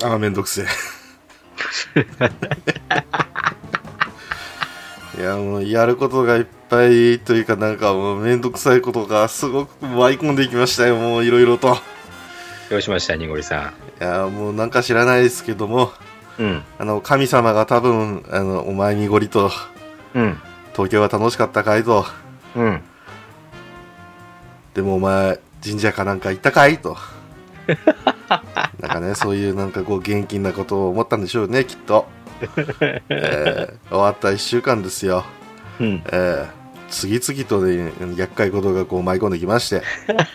ああ、めんどくせえ。いや、もうやることがいっぱいというか、なんかもうめんどくさいことがすごく舞い込んでいきましたよ、もういろいろと。 どうしました、にごりさん。いや、もうなんか知らないですけども、 ん。うん。 神様が多分、お前にごりと、 うん。 東京は楽しかったかいと。 うん。 でもお前、神社かなんか行ったかいと。なんかね、そういうなんかこう現金なことを思ったんでしょうね、きっと。終わった1週間ですよ。 うん。 次々とね、厄介事がこう舞い込んできまして。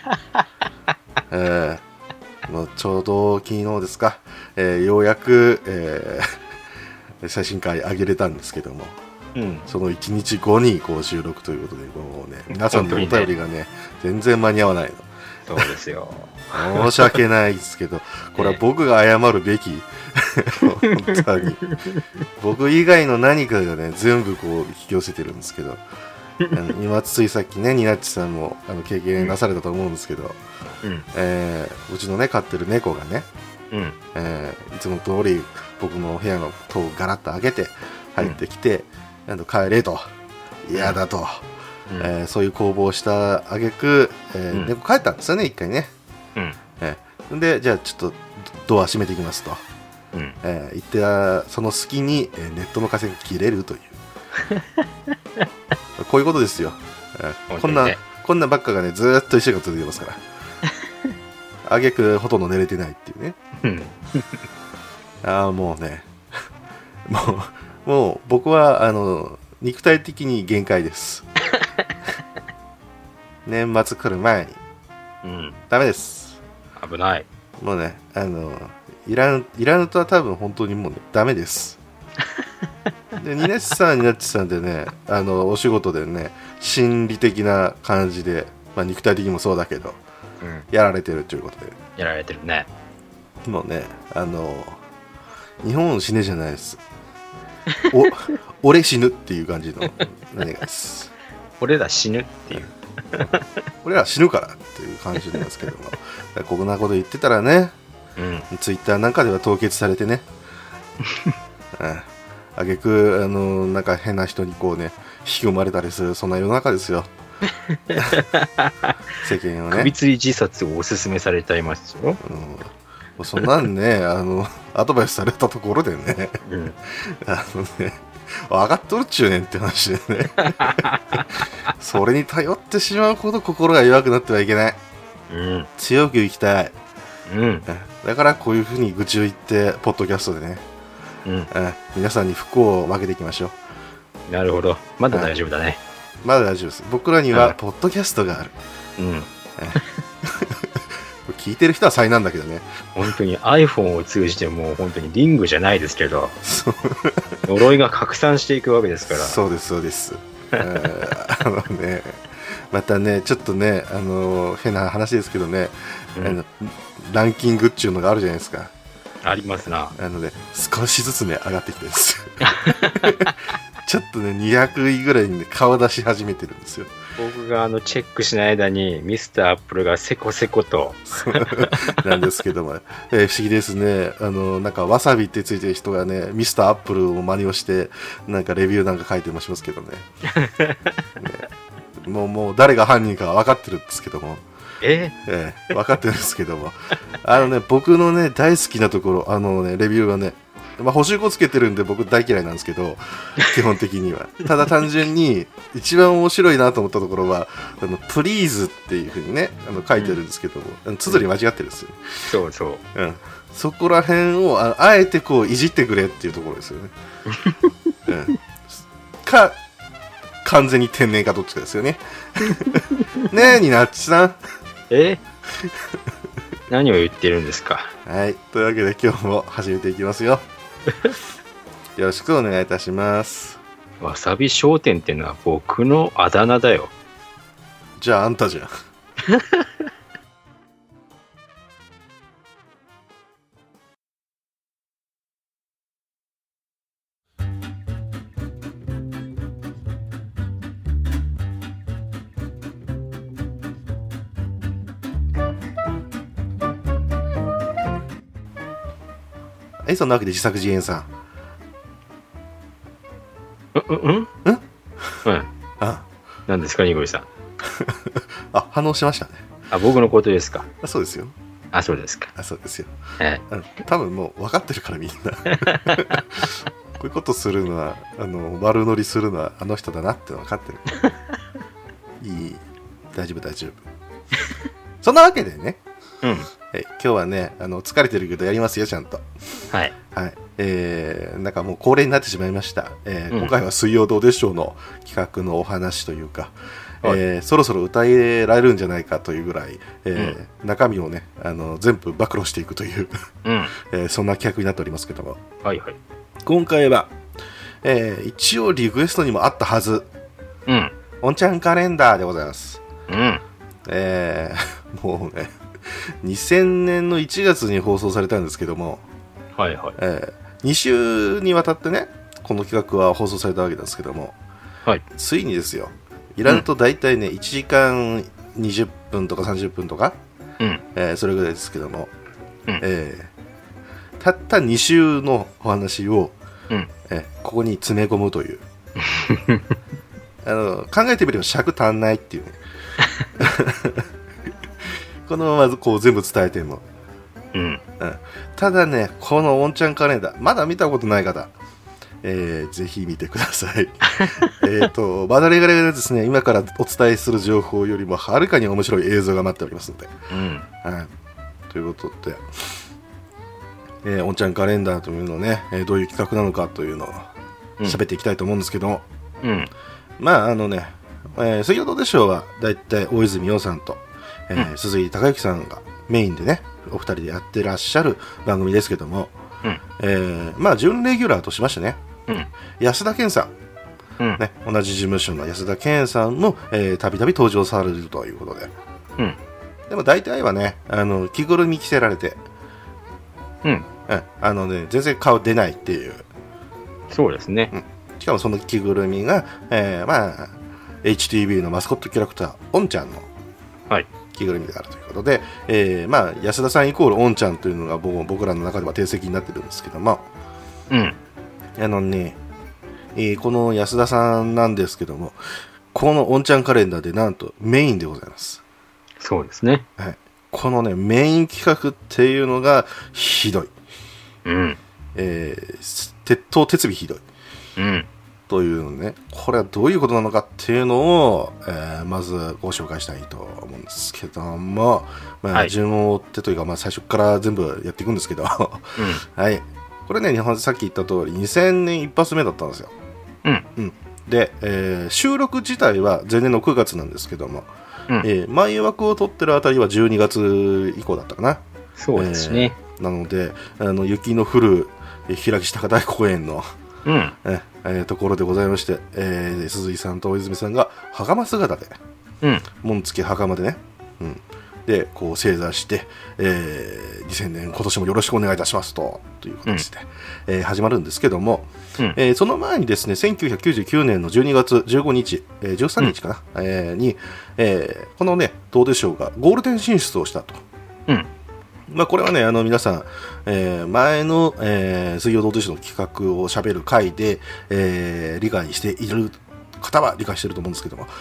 もうちょうど昨日ですか、ようやく、最新回上げれたんですけども、 うん、 その1日後にこう収録ということで、もうね、皆さんのお便りがね、全然間に合わないの。 そうですよ。 申し訳ないですけど、これは僕が謝るべき、本当に。僕以外の何かがね、全部こう引き寄せてるんですけど、今ついさっきね、ニナッチさんも経験なされたと思うんですけど、 うん、 うちのね飼ってる猫がね、 うん、 いつも通り僕の部屋の戸をガラッと開けて入ってきて、帰れと嫌だと、そういう攻防をした挙句、猫帰ったんですよね、一回ね、でじゃあちょっとドア閉めていきますと、言ってその隙に、ネットの回線が切れるというこういうことですよ、こんなばっかがねずーっと1週間続いてますから挙句ほとんど寝れてないっていうね、もうねもう僕は肉体的に限界です年末来る前に、ダメです、 危ない、 もうねいらぬとは多分本当にもうねダメですでニナッチさんでねお仕事でね心理的な感じで、肉体的にもそうだけど、やられてるということで、 やられてるね。 もうね日本死ねじゃないです俺死ぬっていう感じの何がです俺ら死ぬっていう俺ら死ぬからっていう感じなんですけどもこんなこと言ってたらね、ツイッターなんかでは凍結されてねあげくなんか変な人にこうね引き込まれたりする、そんな世の中ですよ世間をね首吊り自殺をおすすめされちゃいますよ、 そんなんねアドバイスされたところでね、ね分かっとるっちゅうねんって話でねそれに頼ってしまうほど心が弱くなってはいけない、強く生きたい、だからこういうふうに愚痴を言ってポッドキャストでね、皆さんに不幸を分けていきましょう。なるほど、まだ大丈夫だね、 まだ大丈夫です。僕らにはポッドキャストがある、聞いてる人は災難だけどね、 本当に iPhone を通じてもう本当にリングじゃないですけど呪いが拡散していくわけですから。 そうですそうですね、またねちょっとね変な話ですけどね、ランキングっていうのがあるじゃないですか。 ありますな。 で少しずつね上がってきてるんですちょっとね200位ぐらいに、ね、顔出し始めてるんですよ。 僕がチェックしない間にミスターアップルがせこせことなんですけども、不思議ですね。なんかわさびってついてる人がねミスターアップルを真似をしてなんかレビューなんか書いてもしますけど ねもう誰が犯人か分かってるんですけども、分かってるんですけども僕のね大好きなところレビューはね、星5つけてるんで僕大嫌いなんですけど基本的にはただ単純に一番面白いなと思ったところはプリーズっていう風にね書いてるんですけども、綴り間違ってるんですよ、 そうそう、 そこら辺をあえてこういじってくれっていうところですよね、か完全に天然かどっちかですよねねえニナッチさん何を言ってるんですか。 はい、というわけで今日も始めていきますよよろしくお願いいたします。 わさび商店ってのは僕のあだ名だよ。 じゃああんたじゃんそんなわけで自作自演さん。 何ですか、ニゴリさん。 反応しましたね。 僕のことですか。 そうですよ。 そうですか。 そうですよ。多分もう分かってるからみんな。こういうことするのは悪乗りするのはあの人だなって分かってる。大丈夫大丈夫。そんなわけでね、今日はね疲れてるけどやりますよちゃんと。はい。なんかもう恒例になってしまいました。今回は水曜どうでしょうの企画のお話というか、そろそろ歌えられるんじゃないかというぐらい、中身をね全部暴露していくという、そんな企画になっておりますけども、今回は、一応リクエストにもあったはず、おんちゃんカレンダーでございます。もうね2000年の1月に放送されたんですけども、2週にわたってねこの企画は放送されたわけですけども、ついにですよ、いらんと大体ね1時間20分とか30分とか、それぐらいですけども、たった2週のお話を、ここに詰め込むという考えてみれば尺足んないっていうねこのままこう全部伝えても、ただねこのおんちゃんカレンダーまだ見たことない方、ぜひ見てくださいバダレガレがですね今からお伝えする情報よりもはるかに面白い映像が待っておりますので、ということで、おんちゃんカレンダーというのをね、どういう企画なのかというのを喋っていきたいと思うんですけども、まあ水曜どうでしょうはだいたい大泉洋さんと、鈴井貴之さんがメインでねお二人でやってらっしゃる番組ですけども、まあ準レギュラーとしましてね、安田顕さん、同じ事務所の安田顕さんもたびたび登場されるということで、でも大体はね着ぐるみ着せられて、全然顔出ないっていう。 そうですね、 しかもその着ぐるみが、HTV のマスコットキャラクターおんちゃんの着ぐるみであるということで、安田さんイコールおんちゃんというのが僕らの中では定石になってるんですけども、この安田さんなんですけども、このおんちゃんカレンダーでなんとメインでございます。 そうですね、 このねメイン企画っていうのがひどい、鉄頭鉄尾ひどい、というのね、これはどういうことなのかっていうのを、まずご紹介したいと思うんですけども、順を追ってというか、最初から全部やっていくんですけど、これねさっき言った通り2000年一発目だったんですよ。で、収録自体は前年の9月なんですけども、前枠を取ってるあたりは12月以降だったかな。 そうですね、 なので雪の降る平木高台公園のところでございまして、鈴井さんと大泉さんが袴姿で、紋付き袴でね、でこう正座して、2000年今年もよろしくお願いいたしますという形で、始まるんですけども、その前にですね1999年の12月15日、13日かな、に、このねどうでしょうがゴールデン進出をしたと。これはね皆さん、前の、水曜どうでしょうの企画をしゃべる回で、理解している方は理解していると思うんですけども、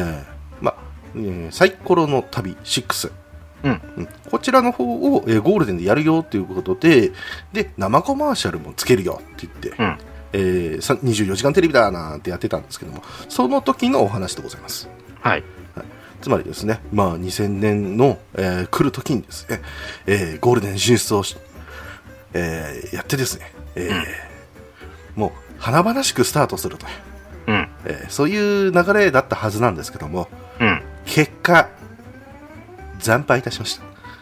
サイコロの旅6、こちらの方を、ゴールデンでやるよということで生コマーシャルもつけるよって言って、24時間テレビだなんてやってたんですけども、その時のお話でございます。つまりですね、2000年の、来る時にですね、ゴールデン進出をやってですね、もう華々しくスタートするという、そういう流れだったはずなんですけども、結果惨敗いたしました。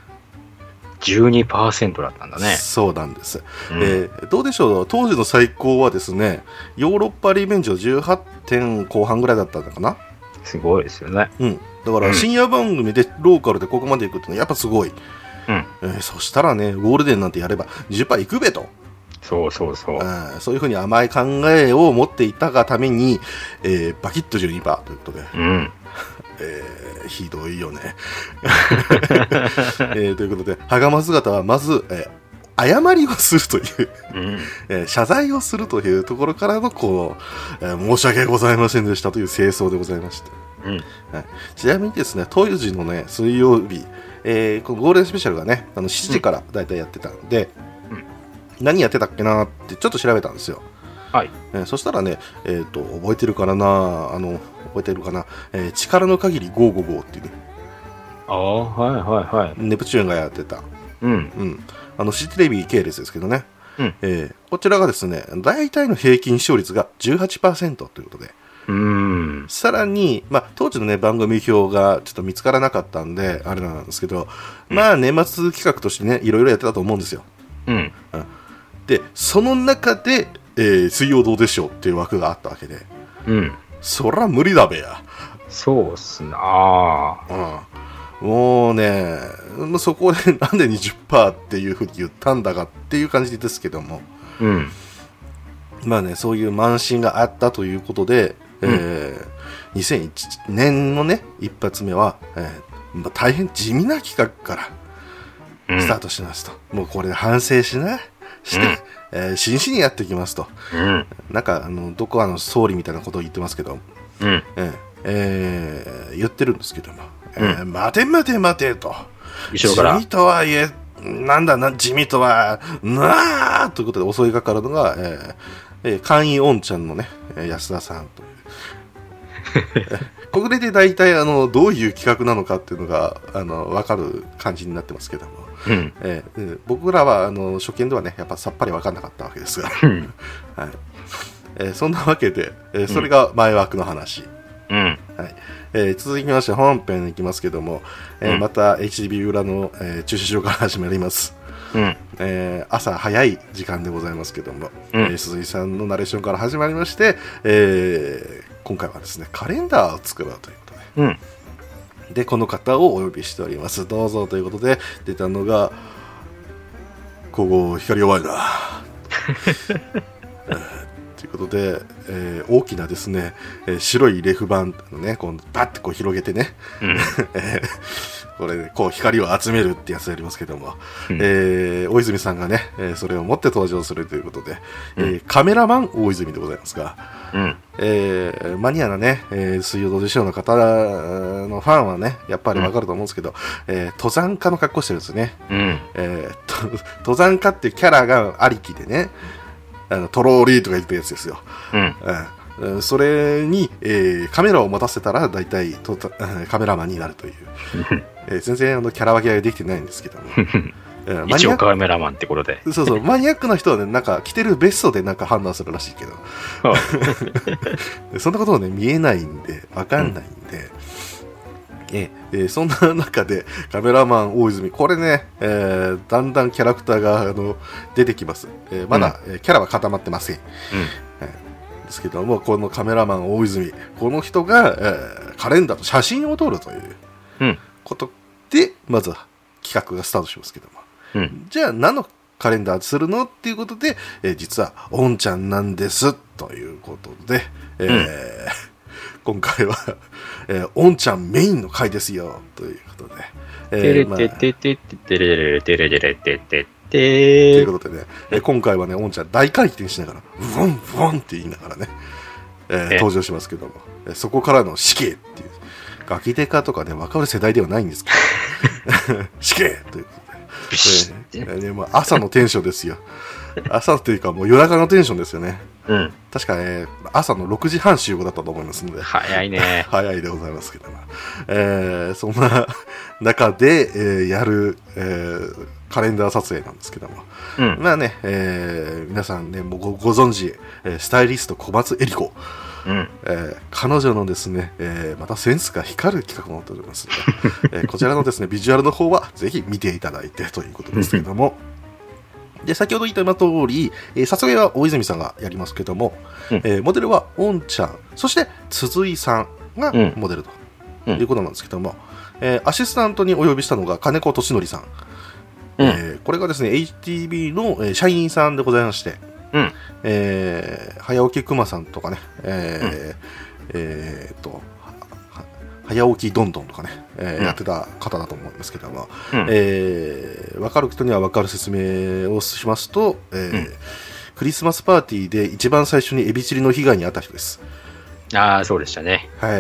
12% だったんだね。 そうなんです、どうでしょう、当時の最高はですねヨーロッパリベンジの18点後半ぐらいだったのかな。 すごいですよね。 だから深夜番組でローカルでここまで行くってのはやっぱすごい。そしたらねゴールデンなんてやれば 10% いくべと。そういうふうに甘い考えを持っていたがために、バキッと 12% ということで、ひどいよねということで袴姿はまず、 誤りをするといううん謝罪をするというところからのこう、申し訳ございませんでしたという清掃でございました。 うんはい、ちなみにですね、当時のね、水曜日、このゴールデンスペシャルがね、7時からだいたいやってたんで、何やってたっけなってちょっと調べたんですよ。 はい。 そしたらね、覚えてるかな、覚えてるかな、力の限り555っていうね、 ああ、はいはいはい。 ネプチューンがやってた、 うん。 フジテレビ系列ですけどね、 うんこちらがですね、大体の平均視聴率が 18% ということで、さらに、当時のね、番組表がちょっと見つからなかったんで、あれなんですけど、年末企画としてね、いろいろやってたと思うんですよ。で、その中で、水曜どうでしょうっていう枠があったわけで、そら無理だべや。 そうっすな。 もうね、そこでなんで 20% っていうふうに言ったんだかっていう感じですけども、そういう慢心があったということで、2001年のね、一発目は、大変地味な企画からスタートしますと。もうこれで反省して、真摯にやっていきますと。なんか、どこ総理みたいなことを言ってますけど、言ってるんですけども、待て待て待てと。 後ろから地味とはいえ、地味とは、ということで襲いかかるのが、会員おんちゃんのね、安田さんという。これで大体どういう企画なのかっていうのが分かる感じになってますけども、僕らは初見ではねやっぱさっぱり分かんなかったわけですが、そんなわけで、それが前枠の話、続きまして本編いきますけども、また HDB 裏の、駐車場から始まります。朝早い時間でございますけども、鈴井さんのナレーションから始まりまして、今回はですねカレンダーを作ろうということで、でこの方をお呼びしております。どうぞということで出たのがここ光弱いなということで、大きなですね、白いレフ板のねこうバッてこう広げてね、これでこう光を集めるってやつやりますけども、大泉さんがね、それを持って登場するということで、カメラマン大泉でございますが、マニアなね、水曜どうでしょうの方のファンはねやっぱりわかると思うんですけど、登山家の格好してるんですね、登山家っていうキャラがありきでね、トローリーとか言ってるやつですよ、それに、カメラを持たせたら大体カメラマンになるという、全然キャラ分けができてないんですけども一応カメラマンってことでそうマニアックな人はねなんか着てるベストでなんか判断するらしいけどそんなこともね見えないんで分かんないんで、そんな中でカメラマン大泉これね、だんだんキャラクターが出てきます、まだ、キャラは固まってません、ですけどもこのカメラマン大泉この人が、カレンダーと写真を撮るということで、まずは企画がスタートしますけども、じゃあ何のカレンダーするのっていうことで、実はおんちゃんなんですということで、今回は、おんちゃんメインの回ですよということで、 テレテテテテレレテレレレテテとテいうことでね、今回はねおんちゃん大回転しながらブワンブワンって言いながらね、登場しますけども、そこからの死刑っていうガキデカとかね分かる世代ではないんですけど死刑ということで、もう朝のテンションですよ。朝というかもう夜中のテンションですよね。確かね朝の6時半集合だったと思いますので早いね早いでございますけども、そんな中で、やる、カレンダー撮影なんですけども、まあね、皆さんねもうご存知、スタイリスト小松恵里子、彼女のですね、またセンスが光る企画も載っておりますので、こちらのですねビジュアルの方はぜひ見ていただいてということですけれどもで先ほど言った通り、撮影は大泉さんがやりますけども、モデルはおんちゃんそして鈴井さんがモデルということなんですけども、アシスタントにお呼びしたのが金子俊則さん、これがですね HTB の社員さんでございまして、早起きくまさんとかね、 早起きどんどんとかね、やってた方だと思うんですけども、分かる人には分かる説明をしますと、クリスマスパーティーで一番最初にエビチリの被害に遭った人です。 ああ、そうでしたね。 はい、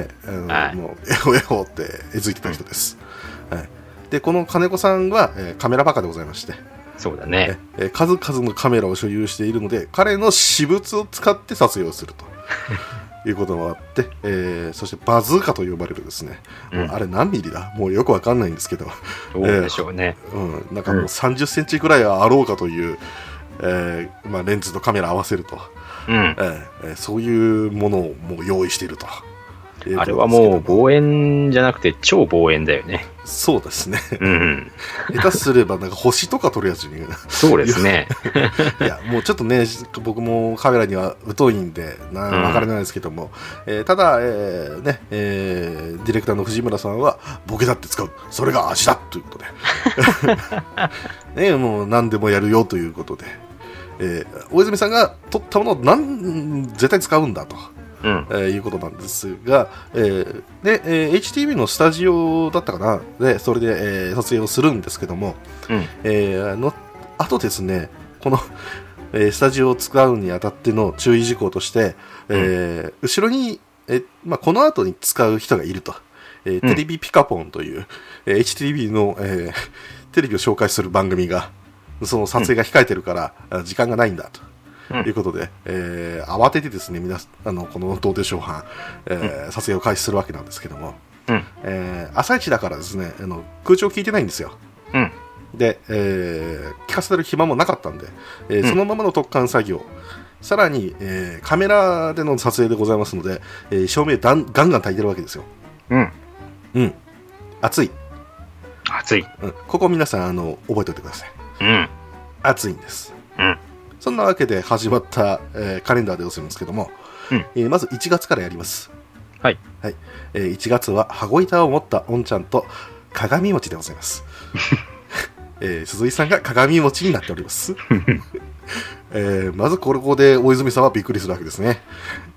もうエホエホってえずいてた人です。はい、でこの金子さんは、カメラバカでございまして、 そうだね、 数々のカメラを所有しているので、彼の私物を使って撮影をするということもあって、そしてバズーカと呼ばれるですね、あれ何ミリだもうよくわかんないんですけど、 どうでしょうね、 なんかもう30センチぐらいはあろうかという、レンズとカメラ合わせると、そういうものをもう用意していると。 あれはもう望遠じゃなくて超望遠だよね。 そうですね、下手すればなんか星とか撮るやつにそうですねいやもうちょっとね僕もカメラには疎いんでわからないですけども、ただ、ディレクターの藤村さんはボケだって使う、それが味だということでもう何でもやるよということで、大泉さんが撮ったものを絶対使うんだということなんですが、HTV のスタジオだったかなでそれで、撮影をするんですけども、あとですねこの、スタジオを使うにあたっての注意事項として、後ろに、この後に使う人がいると、テレビピカポンという、HTV の、テレビを紹介する番組がその撮影が控えてるから、時間がないんだとということで、慌ててですねこの童貞ショー班、撮影を開始するわけなんですけども、朝一だからですね空調聞いてないんですよ、で、聞かせる暇もなかったんで、そのままの特貫作業、さらに、カメラでの撮影でございますので、照明ガンガン焚いてるわけですよ。暑い、ここ皆さん覚えておいてください。暑いんです。そんなわけで始まった、カレンダーでございますけども、まず1月からやります。1月は羽子板を持ったおんちゃんと鏡餅でございます。鈴井さんが鏡餅になっております。まずここで大泉さんはびっくりするわけですね。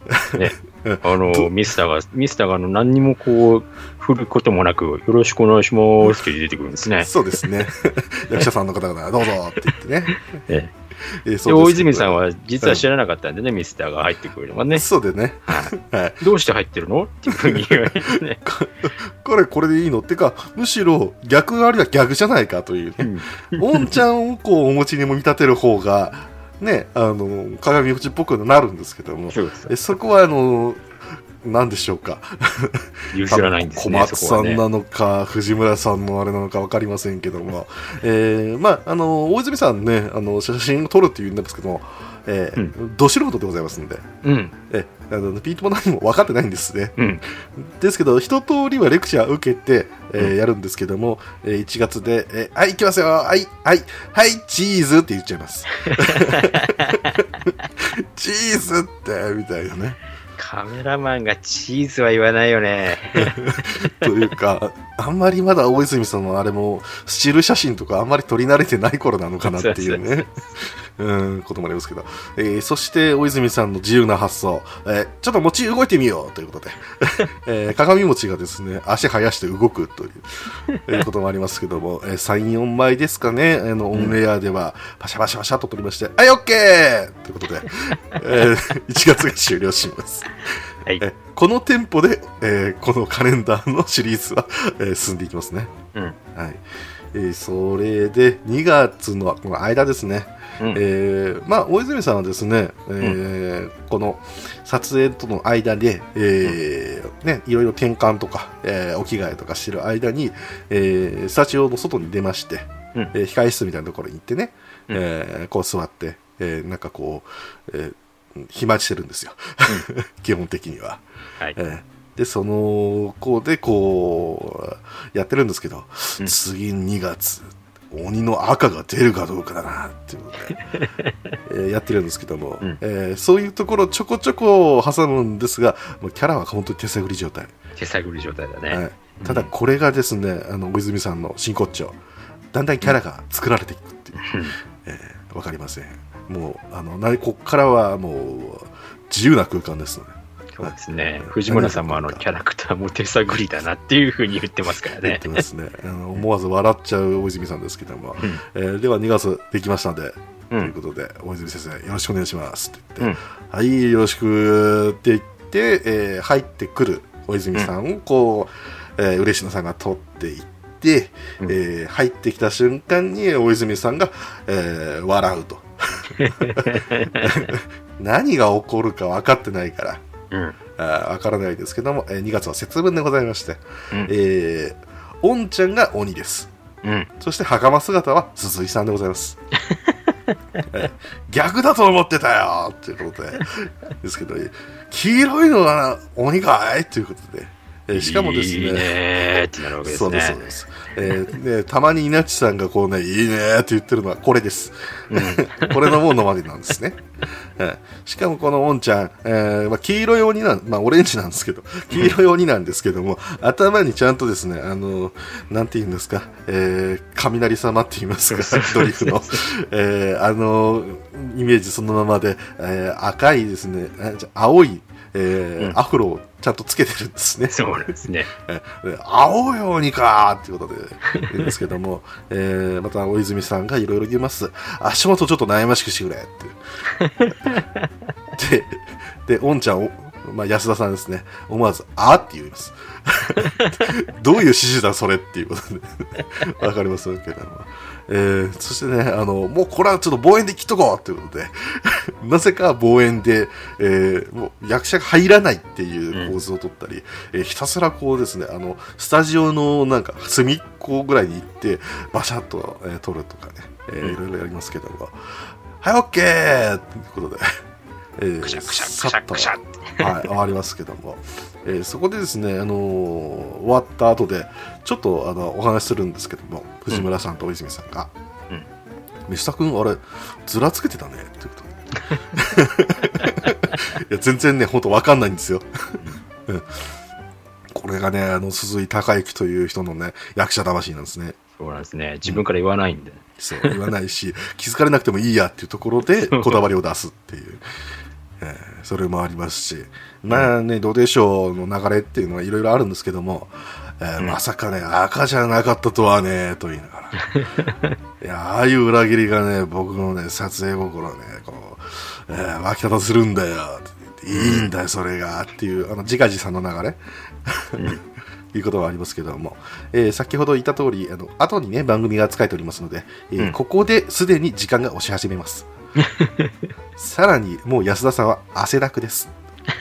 ミスターが何にもこう振ることもなくよろしくお願いしますって出てくるんですね。 そうですね。役者さんの方々どうぞって言ってね。 大泉さんは実は知らなかったんでね、ミスターが入ってくるのはね。 そうでね、 どうして入ってるのっていうふうに言われてね。 これでいいのってか、むしろ逆あるいは逆じゃないかというね、おんちゃんをこうお餅にも見立てる方がね、鏡餅っぽくなるんですけども、そこは何でしょうか、 譲らないんですね。 小松さんなのか、藤村さんのあれなのか分かりませんけども、大泉さんね、写真を撮るっていうんですけども、ど素人でございますので、ピートも何も分かってないんですね。ですけど、一通りはレクチャーを受けて、やるんですけども、1月で、はい、行きますよ、はい、チーズって言っちゃいます。チーズって、みたいなね。 カメラマンがチーズは言わないよね。 というか、あんまりまだ大泉さんのあれもスチール写真とかあんまり撮り慣れてない頃なのかなっていうねこともありますけど、そして大泉さんの自由な発想、ちょっと餅動いてみようということで、鏡餅がですね足生やして動くということもありますけども、3、4枚ですかね、オンエアではパシャパシャパシャと撮りまして、はい OK ということで、1月が終了します。このテンポで、このカレンダーのシリーズは、進んでいきますね。それで2月のこの間ですね、大泉さんはですね、この撮影との間で、いろいろ転換とか、お着替えとかしてる間に、スタジオの外に出まして、控え室みたいなところに行ってね、こう座って、なんかこう、暇してるんですよ、基本的には。でその子でこうやってるんですけど、次2月鬼の赤が出るかどうかだなっていうので、やってるんですけども、そういうところちょこちょこ挟むんですが、もうキャラは本当に手探り状態だね。 ただこれがですね、大泉さんの真骨頂、だんだんキャラが作られていくっていう、わかりません。もうこっからはもう自由な空間ですので、 そうですね。藤村さんもキャラクターも手探りだなっていうふうに言ってますからね。 言ってますね。思わず笑っちゃう大泉さんですけども、では2月できましたんで、ということで大泉先生よろしくお願いしますって言って、はいよろしくって言って、入ってくる大泉さんをこう、嬉野さんが取っていって、入ってきた瞬間に大泉さんが、笑うと。何が起こるか分かってないから、分からないですけども、2月は節分でございまして、おんちゃんが鬼です、そして袴姿は鈴井さんでございます。逆だと思ってたよということでですけど、黄色いのは鬼かいということで、しかもですね、 いいねってなるわけですね。 そうです。でたまに稲地さんがこうね、いいねって言ってるのはこれです。これのものまでなんですね。しかもこのおんちゃん、黄色い鬼オレンジなんですけど、黄色い鬼なんですけども、頭にちゃんとですね、なんて言うんですか、雷様って言いますか、ドリフの、イメージそのままで、赤いですね、青い、アフロをちゃんとつけてるんですね。 そうですね。 青い鬼かーっていうことで言うんですけども、また大泉さんがいろいろ言います。足元ちょっと悩ましくしてくれってでおんちゃん安田さんですね、思わずあーって言います。どういう指示だそれっていうことでわかりますけども、そしてね、もうこれはちょっと望遠で切っとこうということでなぜか望遠で、もう役者が入らないっていう構図を取ったり、ひたすらこうですね、スタジオのなんか隅っこぐらいに行ってバシャッと、撮るとかね、いろいろやりますけども、はい、オッケーということで、 くしゃくしゃくしゃって、 終わりますけども、そこでですね、終わった後でちょっとお話しするんですけども、藤村さんと大泉さんが「吉田君あれずらつけてたね」っていうことでいや全然ね本当わかんないんですよ。これがね鈴井貴之という人のね役者魂なんですね。 そうなんですね。自分から言わないんで、 そう言わないし気づかれなくてもいいやっていうところでこだわりを出すっていう。それもありますし、まあね、どうでしょうの流れっていうのはいろいろあるんですけども、まさかね赤じゃなかったとはねと言いながらいやああいう裏切りがね僕のね撮影心をねこう、湧き立たせるんだよって言って、いいんだよそれがっていう自画自賛の流れいうことはありますけども、先ほど言った通り後にね番組が使えておりますので、ここですでに時間が押し始めます。さらにもう安田さんは汗だくです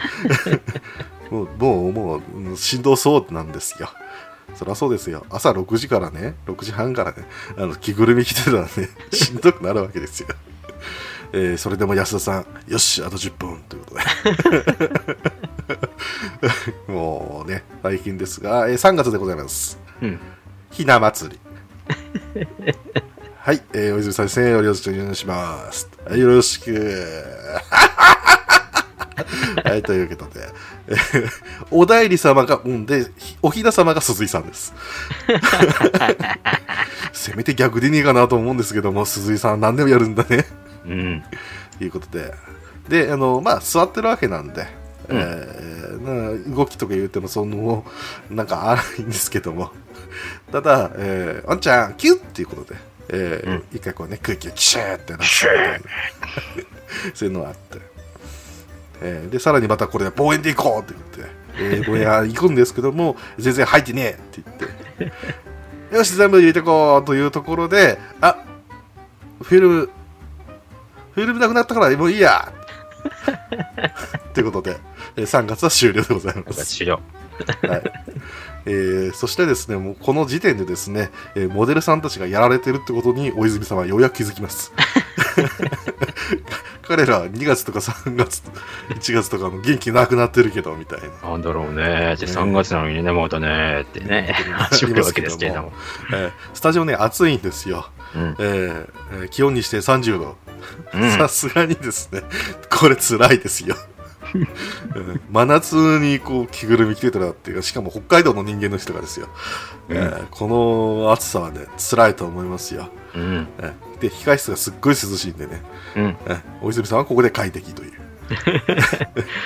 もうしんどそうなんですよ。そりゃそうですよ。朝6時からね6時半からね着ぐるみ着てたらねしんどくなるわけですよ。それでも安田さんよしあと10分ということでもうね大変ですが、3月でございます、ひな祭りはい、大泉さんですね、よろしくお願いします。はい、よろしく。はい、ということで、お内裏様が、で、おひな様が鈴井さんです。せめて逆でねえかなと思うんですけども、鈴井さん何でもやるんだね。ということで、で、座ってるわけなんで、動きとか言ってもなんか荒いんですけども、ただ、あんちゃん、キュッっていうことで、一回こうね空気をキシューってなってそういうのがあって、でさらにまたこれで望遠で行こうって言って、望遠行くんですけども全然入ってねえって言ってよし全部入れてこうというところで、フィルムなくなったからもういいやということで、3月は終了でございます。 終了。 はい、そしてですねもうこの時点でですね、モデルさんたちがやられてるってことに大泉さんはようやく気づきます。彼らは2月とか3月1月とかの元気なくなってるけどみたいな。 なんだろうね。じゃあ3月なのにねまたねってね始まるわけですけれども、 スタジオね暑いんですよ、気温にして30度、さすがにですねこれ辛いですよ。真夏にこう着ぐるみ着てたらっていうか、しかも北海道の人間の人がですよ、この暑さはね辛いと思いますよ、で控室がすっごい涼しいんでね、大泉さんはここで快適という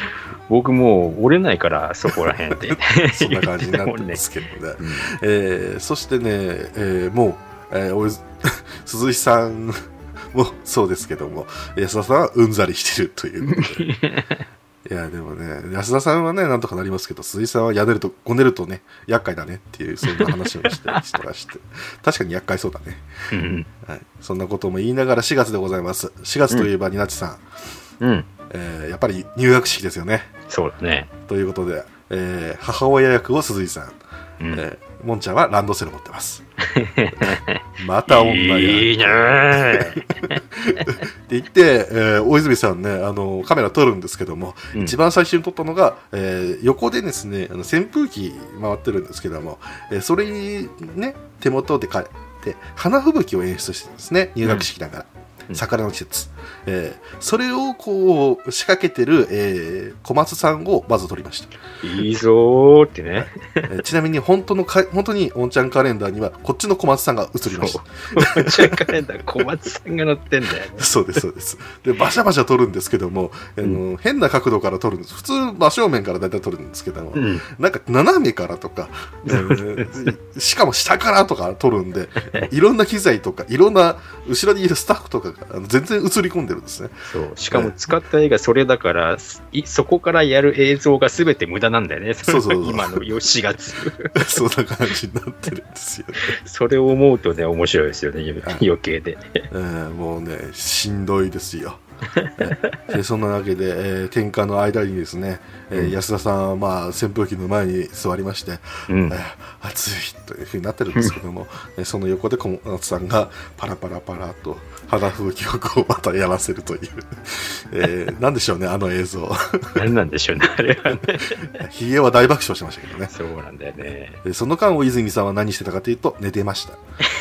僕もう折れないからそこら辺ってそんな感じになってますけどね。そしてね、もう、鈴井さんもそうですけども、安田さんはうんざりしてるということで。いやでもね、安田さんはねなんとかなりますけど、鈴井さんはごねるとね厄介だねっていう、そんな話をして人がして確かに厄介そうだね、はい、そんなことも言いながら4月でございます。4月といえばニナッチさん、やっぱり入学式ですよね。 そうだね。 ということで、母親役を鈴井さん、もんちゃんはランドセル持ってますまた女やいいねって言って、大泉さんねカメラ撮るんですけども、一番最初に撮ったのが、横でですね扇風機回ってるんですけども、それにね手元でかって花吹雪を演出してるんですね、入学式だから、桜の季節、それをこう仕掛けてる、小松さんをまず撮りました。 いいぞーってねちなみに本当におんちゃんカレンダーにはこっちの小松さんが映りました。 おんちゃんカレンダー小松さんが載ってんだよ、ね、 そうですそうです。でバシャバシャ撮るんですけども、変な角度から撮るんです。普通真正面からだいたい撮るんですけども、なんか斜めからとか、しかも下からとか撮るんでいろんな機材とかいろんな後ろにいるスタッフとかが全然映り込んでるんですね。 そうしかも使った絵がそれだから、そこからやる映像が全て無駄なんだよね。そう今の4月そんな感じになってるんですよね。 それを思うとね面白いですよね、余計で、 もうねしんどいですよでそんなわけで、転換の間にですね、安田さんは、まあ、扇風機の前に座りまして、暑いというふうになってるんですけども、その横で小松さんがパラパラパラと花吹雪をこうまたやらせるという、なんでしょうねあの映像何なんでしょうねあれはねひげは大爆笑してましたけどね。 そうなんだよね。 その間を泉さんは何してたかというと寝てました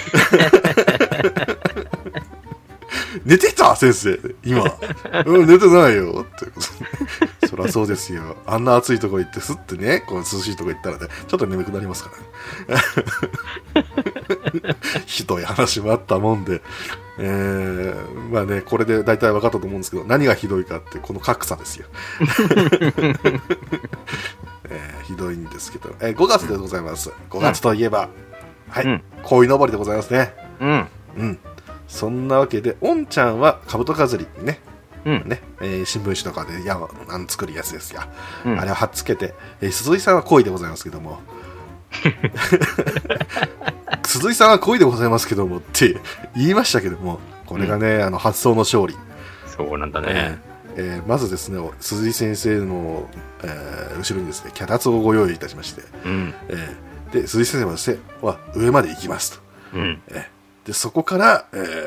寝てた先生今寝てないよってそりゃそうですよ、あんな暑いとこ行ってすってねこう涼しいとこ行ったらねちょっと眠くなりますからねひどい話もあったもんで、まあねこれで大体分かったと思うんですけど、何がひどいかってこの格差ですよひどいんですけど、5月でございます。5月といえば、はい、鯉のぼりでございますね。そんなわけでおんちゃんは兜飾りね、新聞紙とかで作るやつですよ、あれを貼っつけて、鈴井さんは鯉でございますけども鈴井さんは鯉でございますけどもって言いましたけども、これがね、発想の勝利。 そうなんだね。 まずですね鈴井先生の、後ろにですね脚立をご用意いたしまして、で鈴井先生は上まで行きますと、でそこから、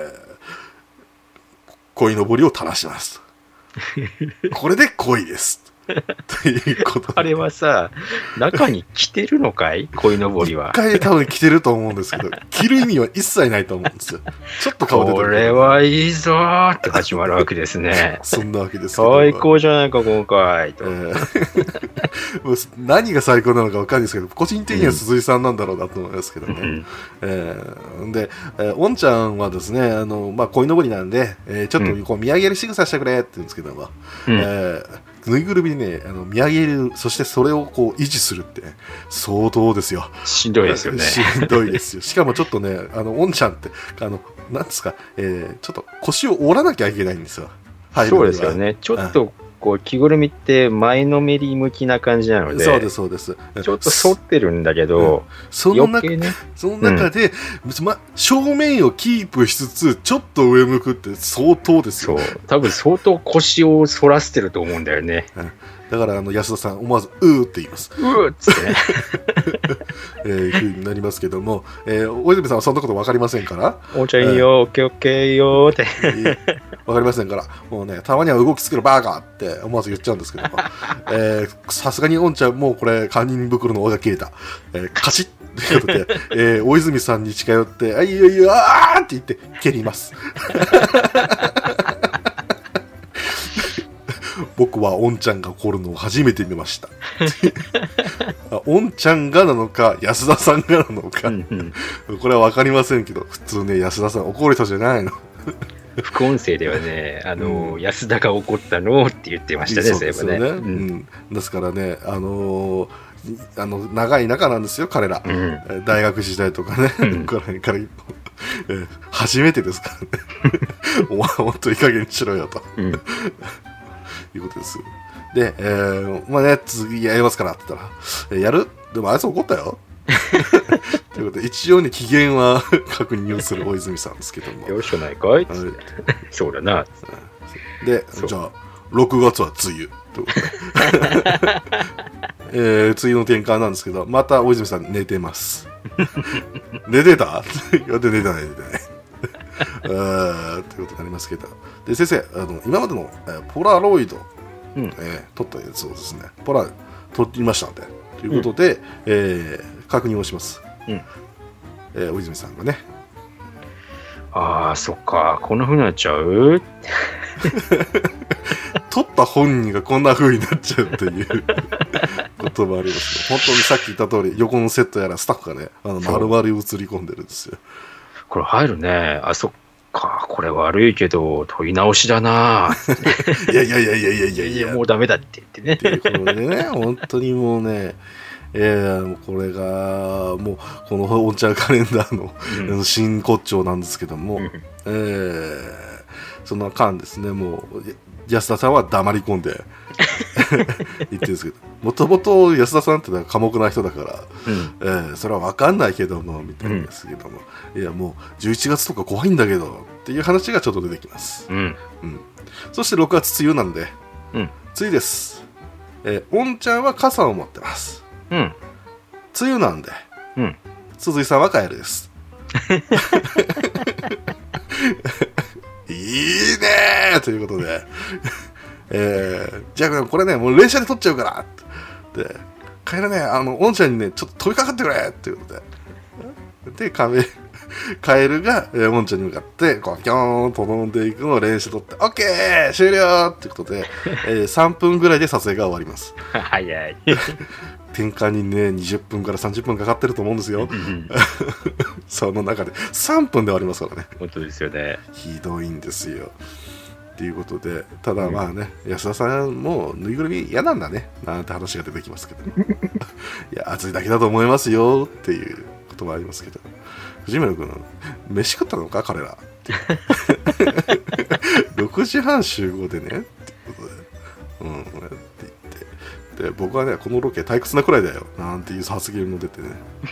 鯉のぼりを垂らしますこれで鯉ですということあれはさ中に着てるのかい鯉のぼりは。 一回多分着てると思うんですけど着る意味は一切ないと思うんですよ。ちょっと顔出てる。 これはいいぞーって始まるわけですねそんなわけですけど最高じゃないか今回と、 何が最高なのか分かんないですけど個人的には鈴井さんなんだろうなと思いますけどね、で、おんちゃんはですね鯉のぼりなんで、ちょっとこう見上げる仕草してくれって言うんですけども、ぬいぐるみにね見上げる、そしてそれをこう維持するって、ね、相当ですよ。 しんどいですよね。 しんどいですよ。しかもちょっとねおんちゃんってなんですか、ちょっと腰を折らなきゃいけないんですよ。 そうですよね。ちょっとこう着ぐるみって前のめり向きな感じなので、 そうですそうです。 ちょっと反ってるんだけど、 その中で、正面をキープしつつちょっと上向くって相当ですよ。 そう多分相当腰を反らせてると思うんだよね。 だから安田さん思わずうーって言います。 うーっつってねいう風になりますけども、大泉さんはそんなこと分かりませんから、 お茶いいよ、オッケーオッケーよって分かりませんから、もうねたまには動き作るバーガーって思わず言っちゃうんですけども、さすがにおんちゃんもうこれ堪忍袋の尾が切れた、カチッということで、大泉さんに近寄って「あいよいよあー!」って言って蹴ります僕はおんちゃんが怒るのを初めて見ましたおんちゃんがなのか安田さんがなのかこれは分かりませんけど、普通ね安田さん怒る人じゃないの副音声ではね、安田が怒ったのって言ってましたね、そういえばね。 ですからね、長い仲なんですよ、彼ら。大学時代とかね、から初めてですからね。お前本当いい加減にしろよと。いうことです。で、まあね、次やりますからって言ったら、やる？でもあいつ怒ったよ。ということで、一応ね、機嫌は確認をする大泉さんですけども。 よろしくないかい？そうだな。 で、じゃあ、6月は梅雨。ということで、梅雨の転換なんですけど、また大泉さん寝てます。寝てた？いや、寝てない。ということになりますけど。で、先生、今までの、ポラロイド、撮ったやつをですね、撮りましたんで、ということで、確認をします。大泉さんがね。 ああ、そっか、こんな風になっちゃう？ 撮った本人がこんな風になっちゃうっていうこともありますけど、本当にさっき言った通り、横のセットやらスタッフがね、丸々映り込んでるんですよ。これ入るね。あ、そっか、これ悪いけど、問い直しだな。 いや、 もうダメだって言ってね。 っていうことでね、本当にもうね、これがもうこのオンチャンカレンダーの、真骨頂なんですけども、その間ですね、もう安田さんは黙り込んで言ってるんですけど、もともと安田さんって寡黙な人だから、それは分かんないけどもみたいなんですけども、いやもう11月とか怖いんだけどっていう話がちょっと出てきます。そして6月梅雨なんで、梅雨です。オンちゃんは傘を持ってます。梅雨なんで、鈴井さんはカエルです。いいねーということで、じゃあこれね、もう連射で取っちゃうからって、カエルね、オンちゃんにね、ちょっと飛びかかってくれっていうことで、カエルがオンちゃんに向かってこうピョーンと飛んでいくのを練習取って、オッケー終了っていうことで、3分ぐらいで撮影が終わります。 早い。 転換にね、20分から30分かかってると思うんですよ。その中で3分で終わりますからね。 本当ですよね。 ひどいんですよ。っていうことで、ただまあね、安田さんもぬいぐるみ嫌なんだねなんて話が出てきますけど、いや暑いだけだと思いますよっていうこともありますけど、藤村君飯食ったのか彼らって6時半集合でねっていうことで、って言って、で僕はね、このロケ退屈なくらいだよなんていう発言も出てね、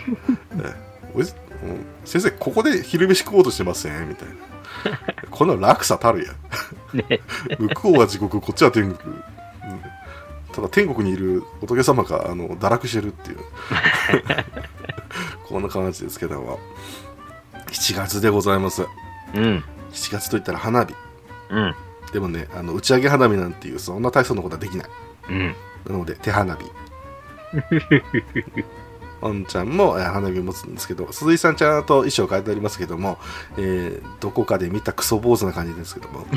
先生ここで昼飯食おうとしてませんみたいな。この落差たるや、向こうは地獄、こっちは天国、ただ天国にいる仏様が堕落してるっていうこんな感じですけども、7月でございます。7月といったら花火、でもね、打ち上げ花火なんていうそんな大層なことはできない、なので手花火おんちゃんも花火を持つんですけど、鈴井さんちゃんと衣装変えてありますけども、どこかで見たクソ坊主な感じですけども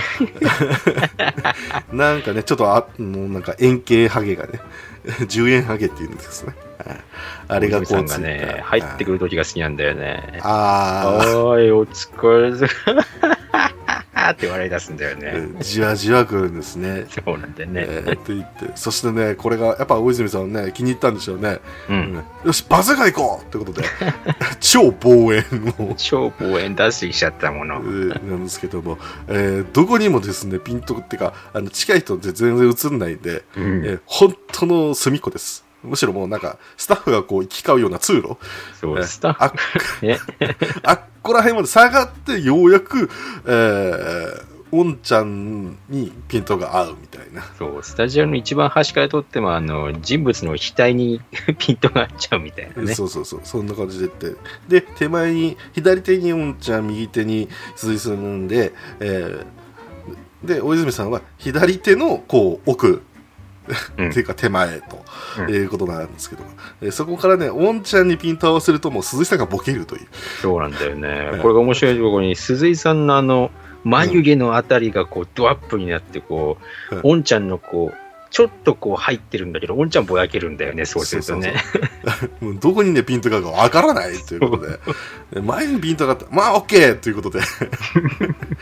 なんかね、ちょっとなんか円形ハゲがね10円ハゲっていうんですね。あれがこうついた、 ね、入ってくる時が好きなんだよね。 おいお疲れって笑い出すんだよね。 じわじわくるんですね。 そうなんだよね。 って言って、そしてね、これがやっぱ大泉さんね気に入ったんでしょうね。よしバズーカ行こうってことで超望遠出してきちゃったもの、 なんですけども、どこにもですねピントっていうか近い人って全然映んないんで、本当の隅っこです。むしろもうなんかスタッフがこう行き交うような通路、 スタッフあっこら辺まで下がってようやく、おんちゃんにピントが合うみたいな。 そうスタジオの一番端から撮っても人物の額にピントが合っちゃうみたいなね。 そうそんな感じでって、で手前に左手におんちゃん、右手に鈴井さんで、で大泉さんは左手のこう奥っていうか手前ということなんですけど、そこからねおんちゃんにピント合わせるともう鈴井さんがボケるという。 そうなんだよね。これが面白いところに鈴井さんの眉毛のあたりがこうドアップになってこう、おんちゃんのこうちょっとこう入ってるんだけど、おんちゃんぼやけるんだよね。そうするとね、 もうどこにねピントが合うかわからないということで前にピントがあったまあ OK ということで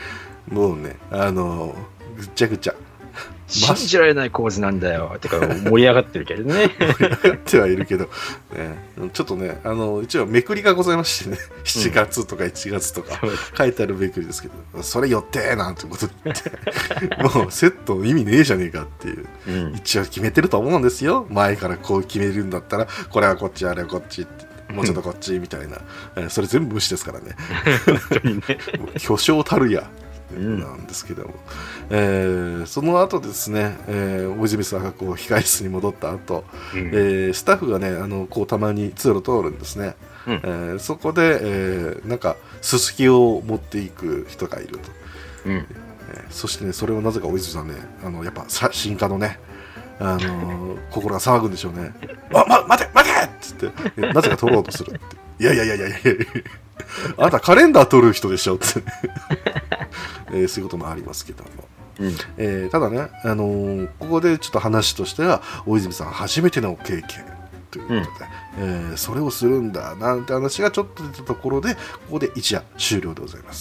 もうねぐっちゃぐちゃ信じられない構図なんだよてか盛り上がってるけどね盛り上がってはいるけど、ちょっとね一応めくりがございましてね7月とか1月とか書いてあるめくりですけど、それ予定なんてこと言ってもうセットの意味ねえじゃねえかっていう、一応決めてると思うんですよ。前からこう決めるんだったらこれはこっちあれはこっちってもうちょっとこっちみたいな、それ全部無視ですからね本当にね巨匠たるやなんですけども、その後ですね、大泉さんがこう控室に戻った後、スタッフがねこうたまに通路通るんですね、そこで、なんかすすきを持っていく人がいると、そしてねそれをなぜか大泉さんねやっぱ進化のね心が騒ぐんでしょうね。待てっつってなぜか取ろうとするって、いやあなたカレンダー取る人でしょってそういうこともありますけども、ただね、ここでちょっと話としては大泉さん初めての経験ということで、それをするんだなんて話がちょっと出たところでここで一夜終了でございます、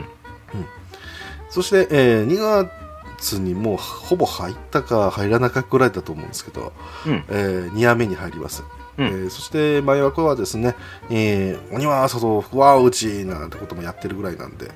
そして、2月にもうほぼ入ったか入らなかくらいだと思うんですけど、2夜目に入ります。そして前枠はですね、鬼は外福は内なんてこともやってるぐらいなんで、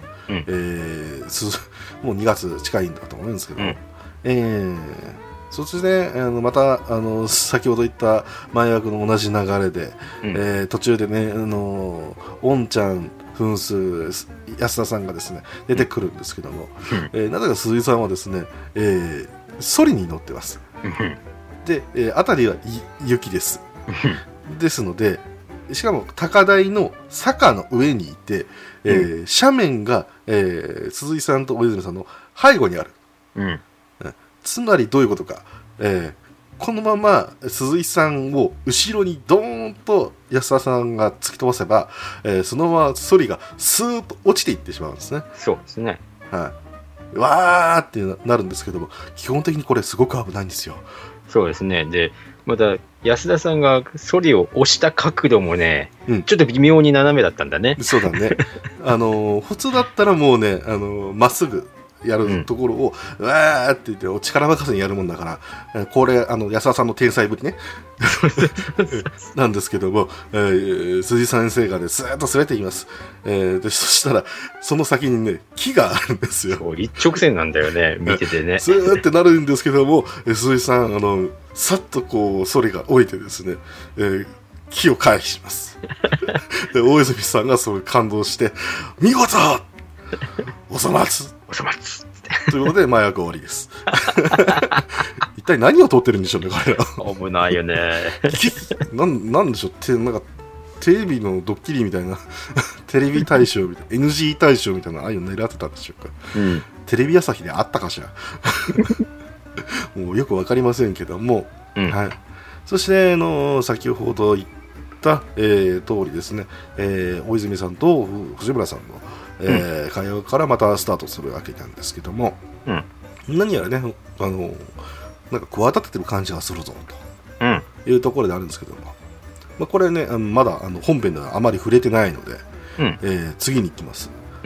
もう2月近いんだと思うんですけど、そしてまた先ほど言った前枠の同じ流れで、途中でねおんちゃん扮する安田さんがですね出てくるんですけども、なぜか鈴井さんはですね、ソリに乗ってます。で、辺りは雪ですですので、しかも高台の坂の上にいて、斜面が、鈴井さんと大泉さんの背後にある、つまりどういうことか、このまま鈴井さんを後ろにドーンと安田さんが突き飛ばせば、そのままソリがスーッと落ちていってしまうんですね。 そうですね、 わーってなるんですけども、基本的にこれすごく危ないんですよ。 そうですね。でまた安田さんがソリを押した角度もね、ちょっと微妙に斜めだったんだね。 そうだね普通だったらもうねまっすぐやるところを、わーって言って力任せにやるもんだから、これ安田さんの天才ぶりねなんですけども、辻先生がねスーッと滑っていきます、でそしたらその先にね木があるんですよ。 そう一直線なんだよね見ててねスーッってなるんですけども、辻さんさっとこうソリが置いてですね、木を回避しますで大泉さんがそれ感動して見事おそ松ということで前役終わりです一体何を撮ってるんでしょうねこれは。 危ないよねなんでしょうなんかテレビのドッキリみたいなテレビ大賞みたいな NG 大賞みたいなああいうの狙ってたんでしょうか、テレビ朝日であったかしらもうよくわかりませんけども、そして先ほど言った通りですね、大泉さんと藤村さんの会話からまたスタートするわけなんですけども、何やらねなんか企ててる感じがするぞというところであるんですけども、これねまだ本編ではあまり触れてないので、次に行きます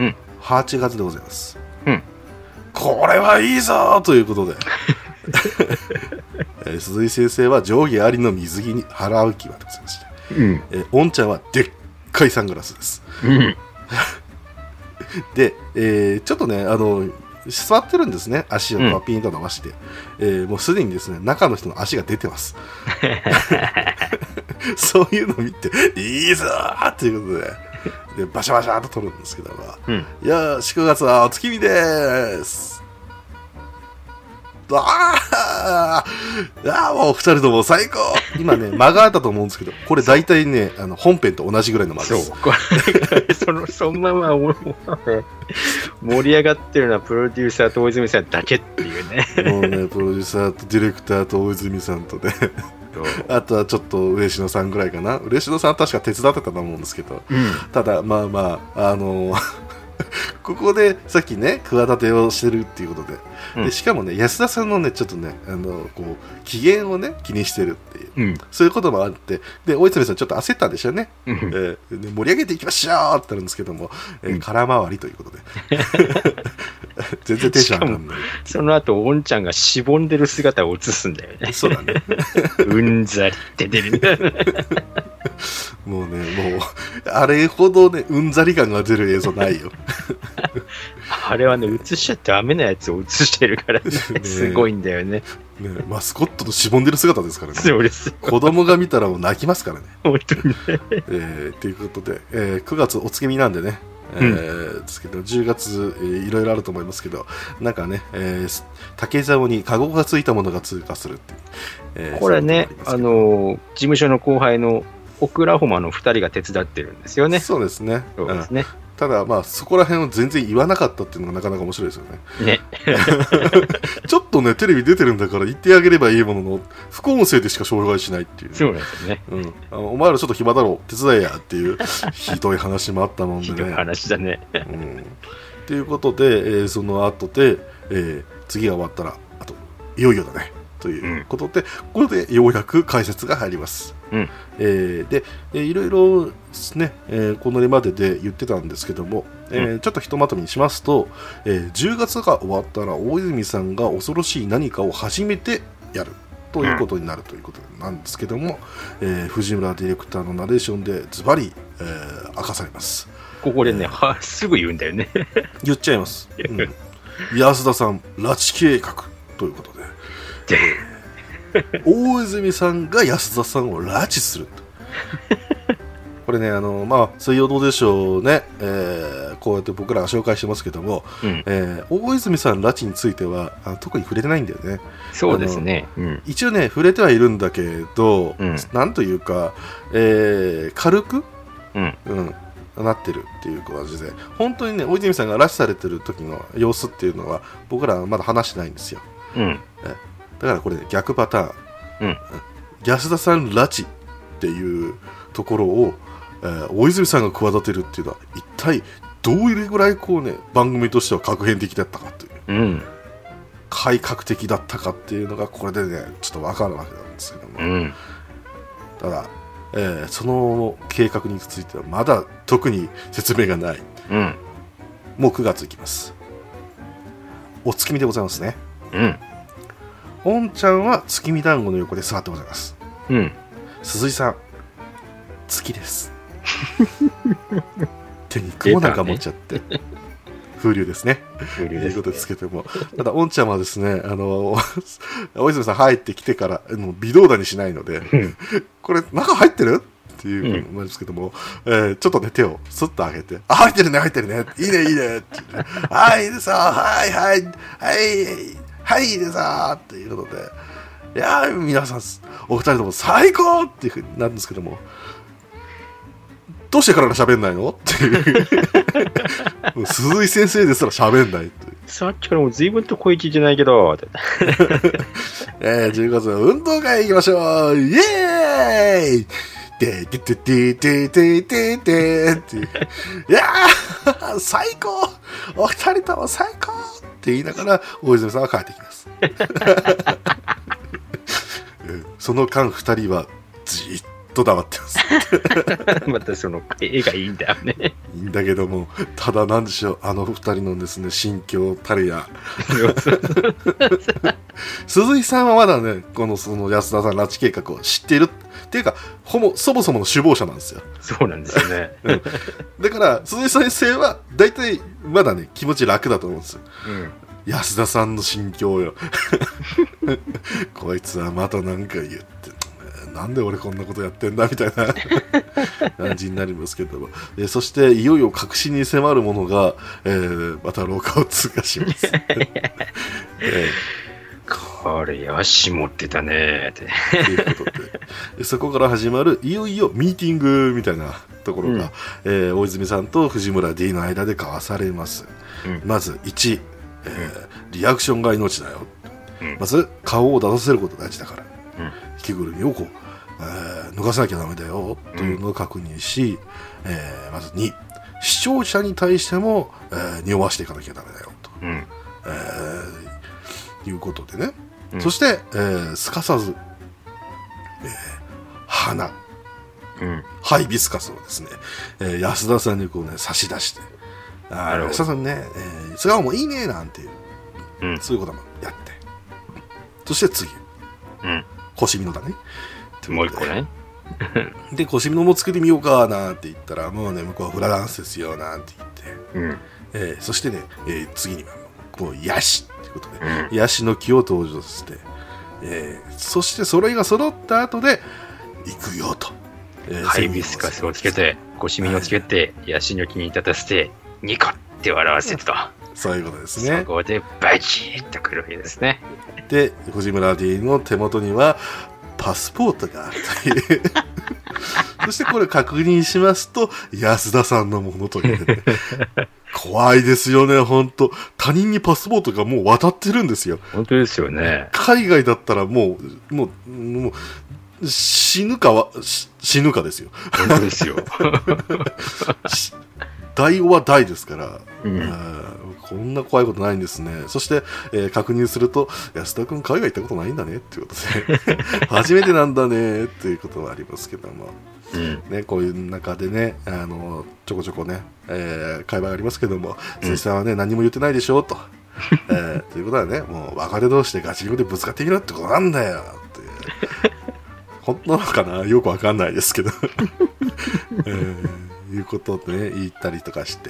、8月でございます、これはいいぞということで鈴井先生は上下ありの水着に腹浮き輪でございまして、おんちゃんはでっかいサングラスです、で、ちょっとね座ってるんですね。足をピンと伸ばして、もうすでにですね中の人の足が出てますそういうのを見ていいぞーということでバシャバシャーと撮るんですけども、いやー9月はお月見でーす。あもう2人とも最高。今ね間があったと思うんですけど、これ大体ね本編と同じぐらいの間です。 そうこれそのまま盛り上がってるのはプロデューサーと大泉さんだけっていうねもうねプロデューサーとディレクターと大泉さんとねあとはちょっと嬉野さんぐらいかな。嬉野さん確か手伝ってたと思うんですけど、ただまあここでさっきね企てをしてるっていうことで、しかもね安田さんのねちょっとねこう機嫌をね気にしてるっていう、そういうこともあって、で大泉さんちょっと焦ったんでしょうね、で盛り上げていきましょうってなるんですけども、空回りということで全然テンション上がんない。 その後、おんちゃんがしぼんでる姿を映すんだよね。 そうだね。 うんざりって出るんだよね。 もうね、もう、あれほどね、うんざり感が出る映像ないよ。 あれはね、映しちゃダメなやつを映してるからね、すごいんだよね。 ね、マスコットのしぼんでる姿ですからね。 そうです。 子供が見たらもう泣きますからね。 本当にね。 ということで、9月お月見なんでね、ですけど10月、いろいろあると思いますけど、なんかね、竹竿にカゴがついたものが通過するっていう、 これね、事務所の後輩のオクラホマの2人が手伝ってるんですよね。 そうですね。 そうですね。 ただまあそこら辺を全然言わなかったっていうのがなかなか面白いですよね。 ね。 ちょっとねテレビ出てるんだから言ってあげればいいものの副音声でしか紹介しないっていう、 そうなんですよね。 お前らちょっと暇だろ手伝えやっていうひどい話もあったもんでね。 ひどい話だね。 ということで、その後で、次が終わったらあといよいよだねということで、これでようやく解説が入ります。で、いろいろね、このまでで言ってたんですけども、ちょっとひとまとめにしますと、10月が終わったら大泉さんが恐ろしい何かを初めてやるということになるということなんですけども、藤村ディレクターのナレーションでズバリ、明かされます。 ここでね、すぐ言うんだよね。 言っちゃいます。安田さん拉致計画ということで。大泉さんが安田さんを拉致するとこれね、水曜どうでしょうね、こうやって僕らが紹介してますけども、大泉さん拉致については特に触れてないんだよね。 そうですね、 一応ね触れてはいるんだけど、なんというか、軽く、なってるっていう感じで、本当にね大泉さんが拉致されてる時の様子っていうのは僕らはまだ話してないんですよ。だからこれ、ね、逆パターン、安田さん拉致っていうところを、大泉さんが企てるっていうのは一体どれぐらいこう、ね、番組としては革変的だったかという、改革的だったかっていうのがこれでねちょっと分かるわけなんですけども、ただ、その計画についてはまだ特に説明がない、もう9月いきます。お月見でございますね。おんちゃんは月見団子の横で座ってございます。鈴井さん月です手に雲なんか持っちゃって、風流ですね。風流ですね。ということでつけても、ただおんちゃんはですね、大泉さん入ってきてから微動だにしないので、これ中入ってるっていうことなんですけども、ちょっとね手をスッと上げて、入ってるね入ってるね、いいねいいねって、はいいいですよ、はいはいはいいいですよっていうことで、いやー皆さんお二人とも最高っていうふうになるんですけども、どうしてから喋んないのっていう鈴井先生ですら喋んないっていう。 さっきからもう随分と声聞いてないけどって 10月の運動会行きましょう、イエーイででででででででっていう、いやー最高お二人とも最高って言いながら大泉さんは帰ってきますその間二人はじっと黙ってますまたその絵がいいんだよね。 いいんだけども、ただなんでしょう、二人のですね心境たるや鈴井さんはまだねその安田さん拉致計画を知っているっていうか、そもそもの首謀者なんですよ。 そうなんですよね、 だから鈴井先生は大体まだね気持ち楽だと思うんですよ、安田さんの心境よこいつはまた何か言って、なんで俺こんなことやってんだみたいな感じになりますけども、そしていよいよ確信に迫るものが、また廊下を通過しますこれよし持ってたねってということで、そこから始まるいよいよミーティングみたいなところが、大泉さんと藤村 D の間で交わされます、まず1、リアクションが命だよ、まず顔を出させることが大事だから、引きぐるみをこう、脱がさなきゃダメだよというのを確認し、まず2、視聴者に対しても、匂わしていかなきゃダメだよと、いうことでね、そして、すかさず、花、ハイビスカスをですね、安田さんにこうね差し出して、 安田さんね、菅生もいいねなんていう、そういうこともやって、そして次、腰みのだね。 もう一個ね。 で、腰みのも作ってみようかなんて言ったら、もうね、向こうはフラダンスですよなんて言って、そしてね、次にはもうヤシということで、ヤシの木を登場させて、そしてそれが揃った後で行くよと、 ハイビスカスをつけて、腰みのつけて、ヤシの木に立たせて、ニコって笑わせてと。 そういうことですね。 そこでバチッとくるわけですね。 で、藤村 D の手元にはパスポートがあるというそしてこれ確認しますと安田さんのものという、ね、怖いですよね。本当他人にパスポートがもう渡ってるんですよ。 本当ですよね。 海外だったらもう死ぬかですよ。 本当ですよ。 大は大ですから、こんな怖いことないんですね。そして、確認すると安田君海外行ったことないんだねっていうことで初めてなんだねっていうことはありますけども、ね、こういう中でね、ちょこちょこね、会話がありますけども、鈴木さんはね何も言ってないでしょと、ということはね、もう若手同士でガチンコでぶつかってみろってことなんだよっていう本当なのかな、よくわかんないですけどいうことをね言ったりとかして、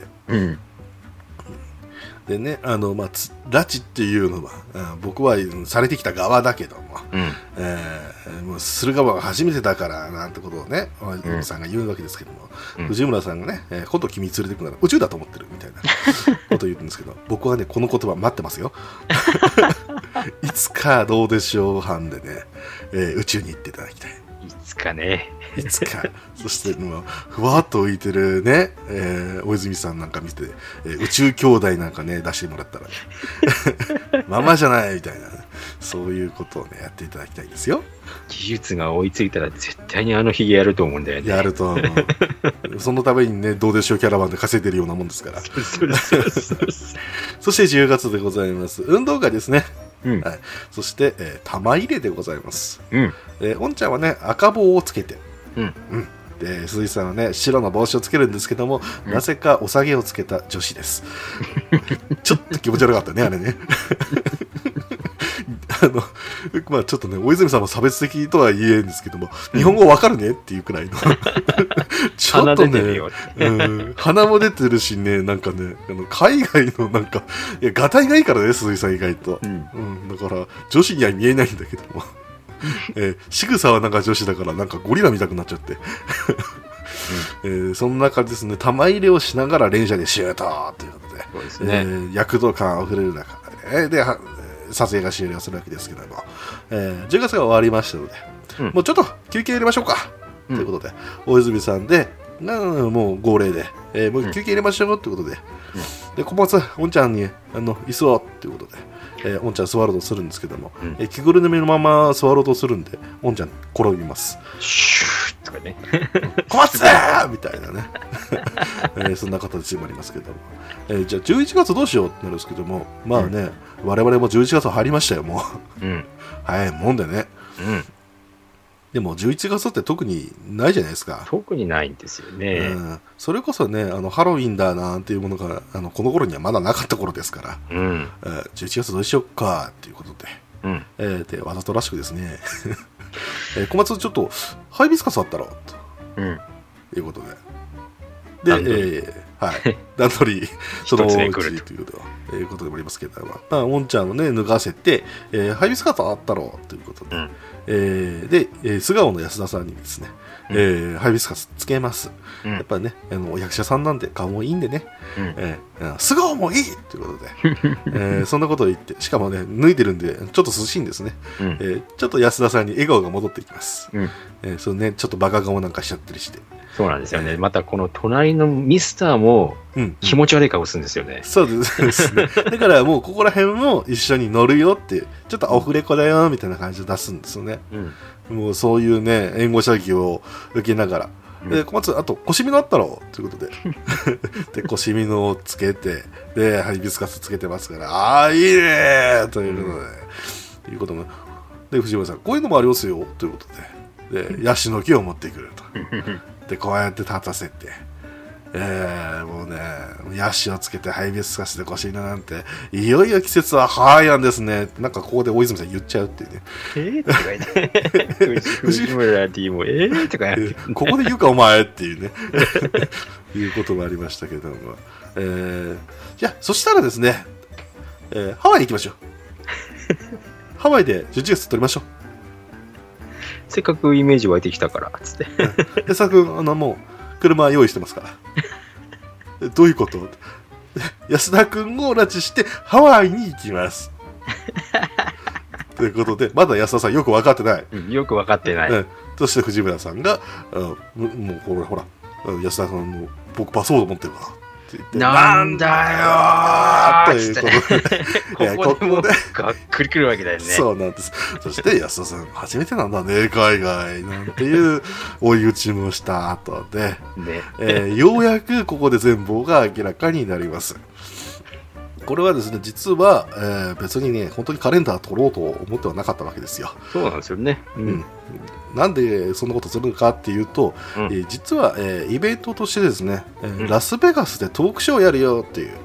でね、拉致っていうのは、僕はされてきた側だけども、もうする側が初めてだからなんてことをね、さんが言うわけですけども、藤村さんがね、今度君連れてくなら宇宙だと思ってるみたいなことを言うんですけど、僕はねこの言葉待ってますよいつかどうでしょう班でね、宇宙に行っていただきたい。 いつかね。 いつか。そしてもうふわっと浮いてるね、大泉さんなんか見て、宇宙兄弟なんかね出してもらったら、ね、ままじゃないみたいな、そういうことをねやっていただきたいですよ。 技術が追いついたら絶対にあのヒゲやると思うんだよね。 やると思うそのためにねどうでしょうキャラバンで稼いでるようなもんですからそして10月でございます、運動会ですね。はい、そして、玉入れでございます。おんちゃんはね赤棒をつけて、で鈴井さんはね白の帽子をつけるんですけども、なぜかお下げをつけた女子ですちょっと気持ち悪かったねあれねまあちょっとね大泉さんも差別的とは言えんですけども、日本語わかるねっていうくらいのちょっとね鼻も出てるしね、なんかね海外のなんかいやガタイがいいからね鈴井さん意外と、だから女子には見えないんだけども仕草はなんか女子だからなんかゴリラ見たくなっちゃってその中ですね玉入れをしながら連射でシュートということで、そうですね、躍動感あふれる中で、撮影が終了するわけですけども、10月が終わりましたので、もうちょっと休憩入れましょうか、ということで大泉さんでもう号令で、もう休憩入れましょうということで、で小松おんちゃんに椅子をということで、おんちゃん座ろうとするんですけども、着ぐるみのまま座ろうとするんでおんちゃん転びます。 シューとかね小松ーみたいなねそんな形にもありますけども、じゃあ11月どうしようってなるんですけども、まあね、我々も11月入りましたよもう、早いもんでね、でも11月って特にないじゃないですか。 特にないんですよね、 それこそねハロウィンだなんていうものがこの頃にはまだなかった頃ですから、11月どうしようかっていうことで、でわざとらしくですね小松ちょっとハイビスカスあったろと、いうことで段取りそのうちということでもありますけども、おんちゃんをね脱がせて、ハイビスカスあったろということで、で素顔の安田さんにですね、ハイビスカスつけます。やっぱりねお役者さんなんで顔もいいんでね、素顔もいいということで、そんなことを言って、しかもね脱いでるんでちょっと涼しいんですね、ちょっと安田さんに笑顔が戻ってきます、そのねちょっとバカ顔なんかしちゃったりして、 そうなんですよね、またこの隣のミスターも気持ち悪い顔するんですよね、 そうですねだからもうここら辺も一緒に乗るよってちょっとオフレコだよみたいな感じで出すんですよね、もうそういうね援護射撃を受けながら、で小松あと腰みのあったろということでで腰みのをつけて、でハイビスカスつけてますから、ああいいねということで、いうこともで藤森さんこういうのもありますよということで、ヤシの木を持ってくるとでこうやって立たせて、 もうね、ヤシをつけてハイビスカスで腰ななんて、いよいよ季節はハワイアンですね。なんかここで大泉さん言っちゃうっていうね。 とか言って藤村 D もとかやってここで言うかお前っていうねいうこともありましたけども、じゃあそしたらですね、ハワイに行きましょうハワイで11月取りましょう。 せっかくイメージ湧いてきたからつって安田君もう車用意してますからどういうこと安田君を拉致してハワイに行きますということで、まだ安田さんよく分かってない、 よく分かってない、 そして藤村さんがもうほら安田さんの僕パスワード持ってるからって言って、 なんだよーということでここでがっくりくるわけだよね。 そうなんです。そして安田さん初めてなんだね海外なんていう追い打ちもした後で、ようやくここで全貌が明らかになります。これはですね、実は、別にね、本当にカレンダー取ろうと思ってはなかったわけですよ。 そうなんですよね。 なんでそんなことするのかっていうと、実は、イベントとしてですね、ラスベガスでトークショーをやるよっていう、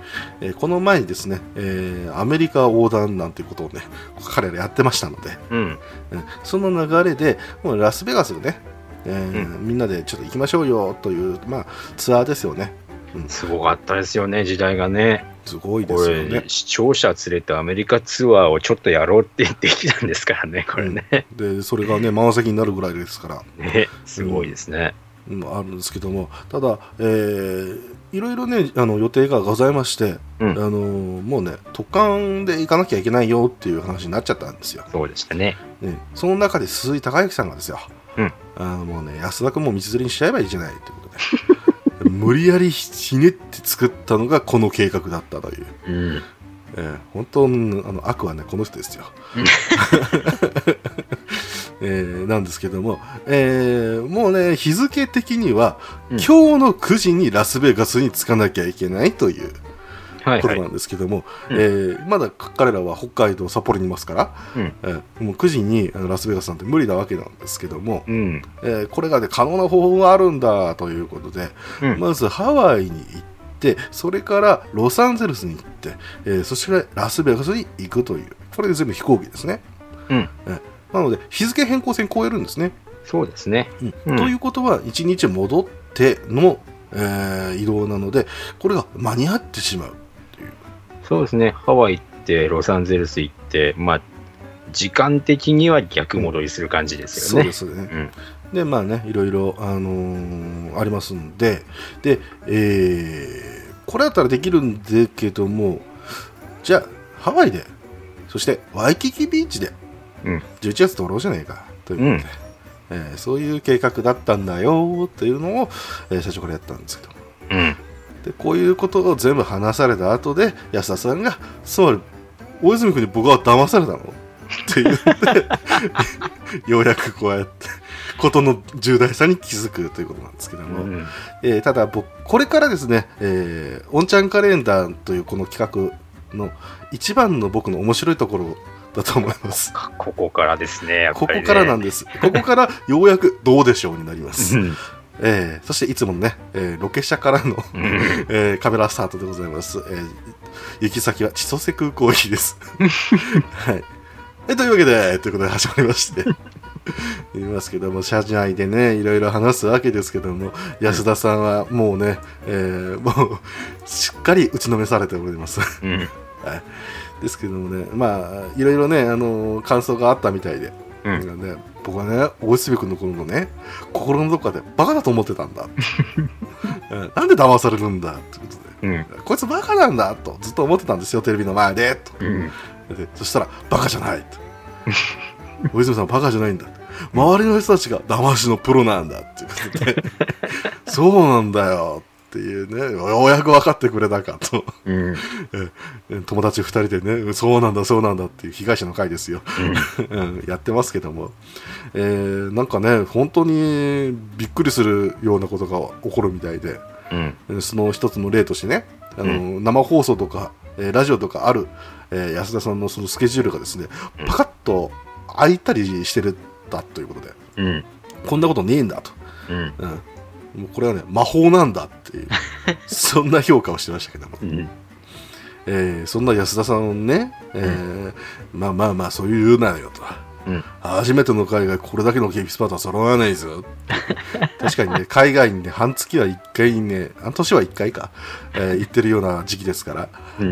この前にですね、アメリカ横断なんていうことをね、彼らやってましたので、その流れで、もうラスベガスでね、みんなでちょっと行きましょうよという、ツアーですよね。 すごかったですよね、時代がね。 すごいですよね。 視聴者連れてアメリカツアーをちょっとやろうって言ってきたんですからね、これね。 でそれがね満席になるぐらいですからね、すごいですね。 あるんですけども、ただ、いろいろね予定がございまして、もうね特艦で行かなきゃいけないよっていう話になっちゃったんですよ。 そうでしたね。 その中で鈴井孝之さんがですよ、もうね安田君も道連れにしちゃえばいいじゃないということで無理やりひねって作ったのがこの計画だったという、本当悪はねこの人ですよ、なんですけども、もうね日付的には、今日の9時にラスベガスに着かなきゃいけないということなんですけども、まだ彼らは北海道札幌にいますから、もう9時にラスベガスなんて無理なわけなんですけども、これがね可能な方法があるんだということで、まずハワイに行ってそれからロサンゼルスに行って、そしてラスベガスに行くという、これで全部飛行機ですね。なので日付変更線超えるんですね。 そうですね、 ということは1日戻っての、移動なのでこれが間に合ってしまう。 そうですね、ハワイ行ってロサンゼルス行って、時間的には逆戻りする感じですよね。 そうですね、でねいろいろ、ありますんで、これだったらできるんだけども、じゃあハワイでそしてワイキキビーチで11月取ろうじゃないかということで、そういう計画だったんだよというのを、最初からやったんですけど、でこういうことを全部話された後で安田さんが「つまり大泉君に僕は騙されたの?」って言ってようやくこうやってことの重大さに気づくということなんですけども、ただ僕これからですね、オンちゃんカレンダーというこの企画の一番の僕の面白いところだと思います。 ここからですね、やっぱりね。 ここからなんです。ここからようやくどうでしょうになります。そしていつものね、ロケ車からの、カメラスタートでございます。行き先は千歳空港行きです。はい。というわけで、ということで始まりまして。言いますけども、車内でね、いろいろ話すわけですけども、安田さんはもうね、もう、しっかり打ちのめされております。はい。ですけどもね、いろいろね、感想があったみたいで、僕はね、大泉君の頃のね、心のどこかでバカだと思ってたんだ。なんで騙されるんだってことで、こいつバカなんだとずっと思ってたんですよ、テレビの前で。でそしたら、バカじゃないと。大泉さんバカじゃないんだ。周りの人たちが騙しのプロなんだっていうことで、そうなんだよっていうね、ようやく分かってくれたかと。友達2人でね、そうなんだそうなんだっていう被害者の会ですよ。やってますけども、なんかね、本当にびっくりするようなことが起こるみたいで、その一つの例としてね、生放送とか、ラジオとかある、安田さんのそのスケジュールがですね、パカッと開いたりしてるだということで、こんなことねえんだと、 もうこれはね魔法なんだっていうそんな評価をしてましたけども、そんな安田さんをね、まあまあまあそういう言うなよと、初めての海外これだけのケーキスパートは揃わないぞ確かにね海外にね半月は1回ね半年は1回か、行ってるような時期ですから、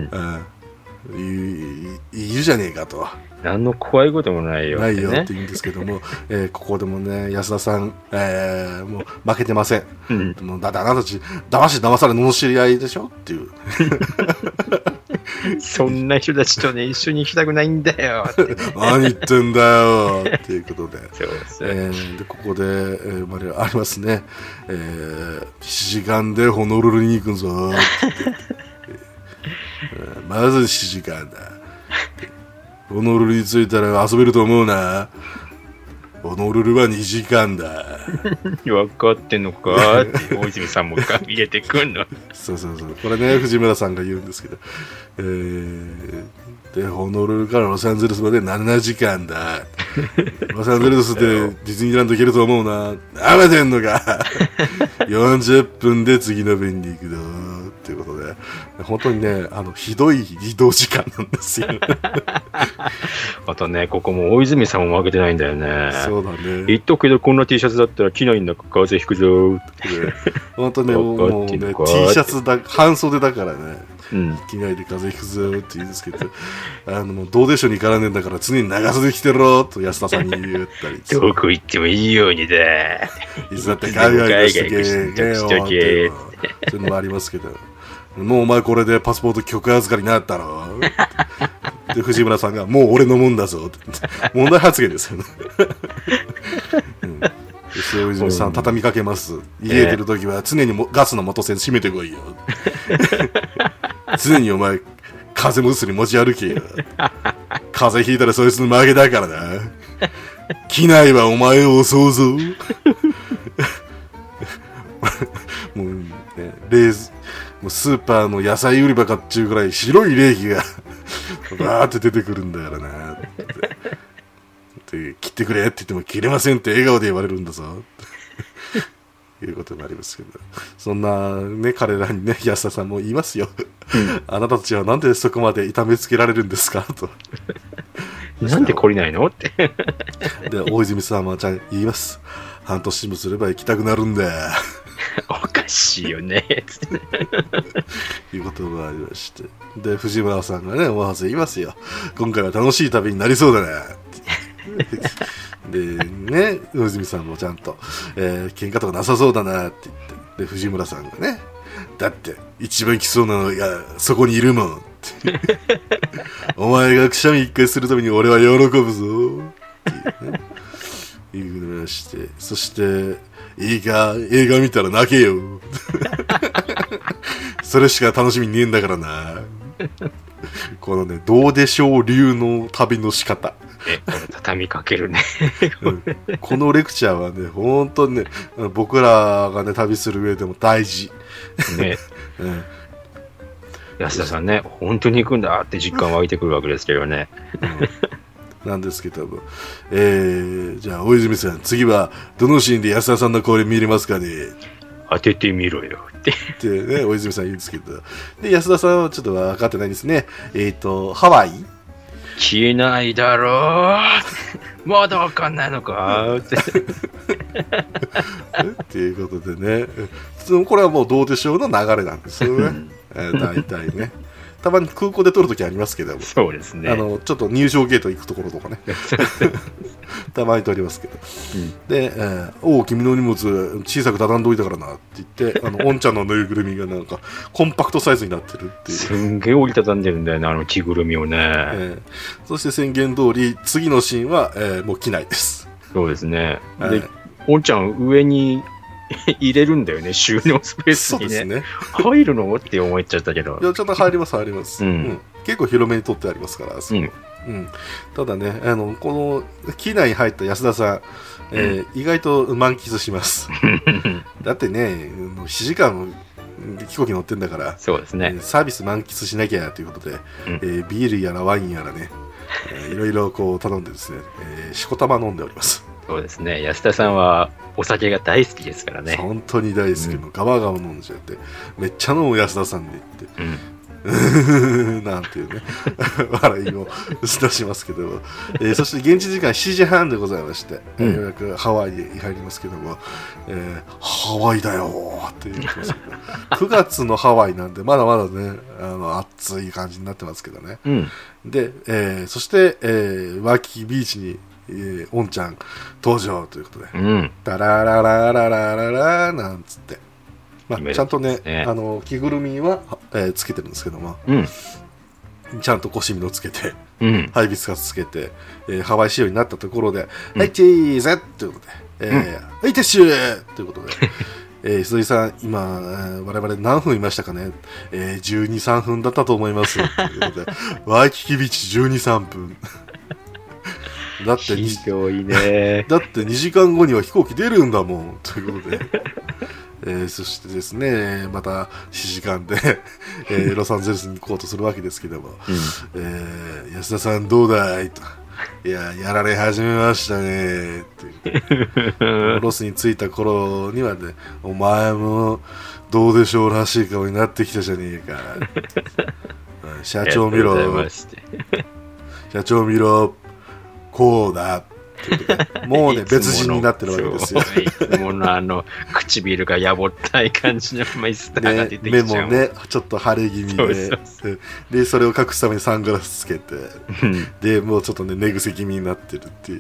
いるじゃねえかと、 何の怖いこともないよって、 ないよって言うんですけども、ここでもね安田さん、もう負けてません、もうだってあなたたち騙されの知り合いでしょっていうそんな人たちとね一緒に行きたくないんだよって、ね、 何言ってんだよっていうことでそうです、 でここで、ありますね、7時間でホノルルに行くぞってまず7時間だホノルルに着いたら遊べると思うな。ホノルルは2時間だ分かってんのかって大泉さんも入れてくんのそうこれね藤村さんが言うんですけど、でホノルルからロサンゼルスまで7時間だロサンゼルスでディズニーランド行けると思うな。なめてんのか40分で次の便に行くぞということで本当にねひどい移動時間なんですよあとねここも大泉さんも負けてないんだよね。 そうだね、 言っとくけどこんな T シャツだったら着ないんだから風邪ひくぞって本当ねもうね T シャツだ半袖だからね着ないで風邪ひくぞって言うんですけどもうどうでしょうに絡んでんだから常に長袖着てろと安田さんに言ったりどこ行ってもいいようにだいつだって海外行してけよってそういうのもありますけどもうお前これでパスポート許可預かりになったろで藤村さんがもう俺のもんだぞって問題発言ですよね大泉さん畳みかけます、家出るときは常にガスの元栓閉めてこいよ常にお前風邪薬持ち歩けよ風邪ひいたらそいつの負けだからな機内はお前を襲うぞもうねもうスーパーの野菜売り場かっちゅうぐらい白い冷気がバーって出てくるんだからなって切ってくれって言っても切れませんって笑顔で言われるんだぞいうことになりますけど、そんなね彼らにね安田さんも言いますよ、あなたたちはなんでそこまで痛めつけられるんですかとなんで懲りないのってで大泉さんはちゃん言います。半年もすれば行きたくなるんだおかしいよねいうことがありまして、で藤村さんがね思わず言いますよ。今回は楽しい旅になりそうだなでね大泉さんもちゃんと、喧嘩とかなさそうだなって言って、で藤村さんがねだって一番来そうなのがそこにいるもんってお前がくしゃみ一回するために俺は喜ぶぞっていうね言いまして、そしていいか映画見たら泣けよそれしか楽しみにねえんだからなこのねどうでしょう流の旅の仕方これ畳みかけるねこのレクチャーはね本当にね僕らがね旅する上でも大事ね、安田さんね本当に行くんだって実感湧いてくるわけですけどね、 なんですけども、じゃあ大泉さん次はどのシーンで安田さんの声見れますかね。 当ててみろよってね大泉さん言うんですけど、で安田さんはちょっと分かってないですね。ハワイ消えないだろうまだ分かんないのかっていうことでね、これはもうどうでしょうの流れなんですよね大体ねたまに空港で撮るときありますけども、 そうですね、 ちょっと入場ゲート行くところとかねたまに撮りますけど、で、おう君の荷物小さく畳んどいたからなって言っておんちゃんのぬいぐるみがなんかコンパクトサイズになってるっていうすんげえ折りたたんでるんだよね着ぐるみをね、 そして宣言通り次のシーンは、もう機内です。 そうですね、でおんちゃん上に入れるんだよね収納スペースにそうですね入るのって思っちゃったけど、 いやちょっと入ります、結構広めに取ってありますから、ただねこの機内に入った安田さん、意外と満喫しますだってね7時間飛行機乗ってんだから、 そうですね、 サービス満喫しなきゃということで、ビールやらワインやらね、いろいろこう頼んでですね、しこたま飲んでおりますそうですね。安田さんはお酒が大好きですからね。 本当に大好きの、ガバガバ飲んじゃって、めっちゃ飲む安田さんで言って。なんていうね笑いを出しますけども、そして現地時間7時半でございまして、ようやくハワイに入りますけども、ハワイだよって言ってますけど9月のハワイなんでまだまだね暑い感じになってますけどね、で、そして、ワイキキビーチにおんちゃん登場ということで、ダラララララララなんつって、ちゃんとね、着ぐるみは、つけてるんですけども、ちゃんと腰みのつけて、ハイビスカスつけて、ハワイ仕様になったところで、はい、チーズということで、はい、撤収ということで、鈴井さん、今、我々何分いましたかね、12、3分だったと思いますということで、ワイキキビーチ12、3分。だってひどいね。 だって2時間後には飛行機出るんだもんということで。そしてですね、また7時間で、ロサンゼルスに行こうとするわけですけども、安田さんどうだいと、いや、やられ始めましたねってロスに着いた頃にはね、お前もどうでしょうらしい顔になってきたじゃねえか社長見ろ社長見ろこうだもうね別人になってるわけですよ。 いつもの唇がやぼったい感じのマイスターが出てきちゃう、 目もねちょっと腫れ気味でそれを隠すためにサングラスつけてでもうちょっとね寝癖気味になってるって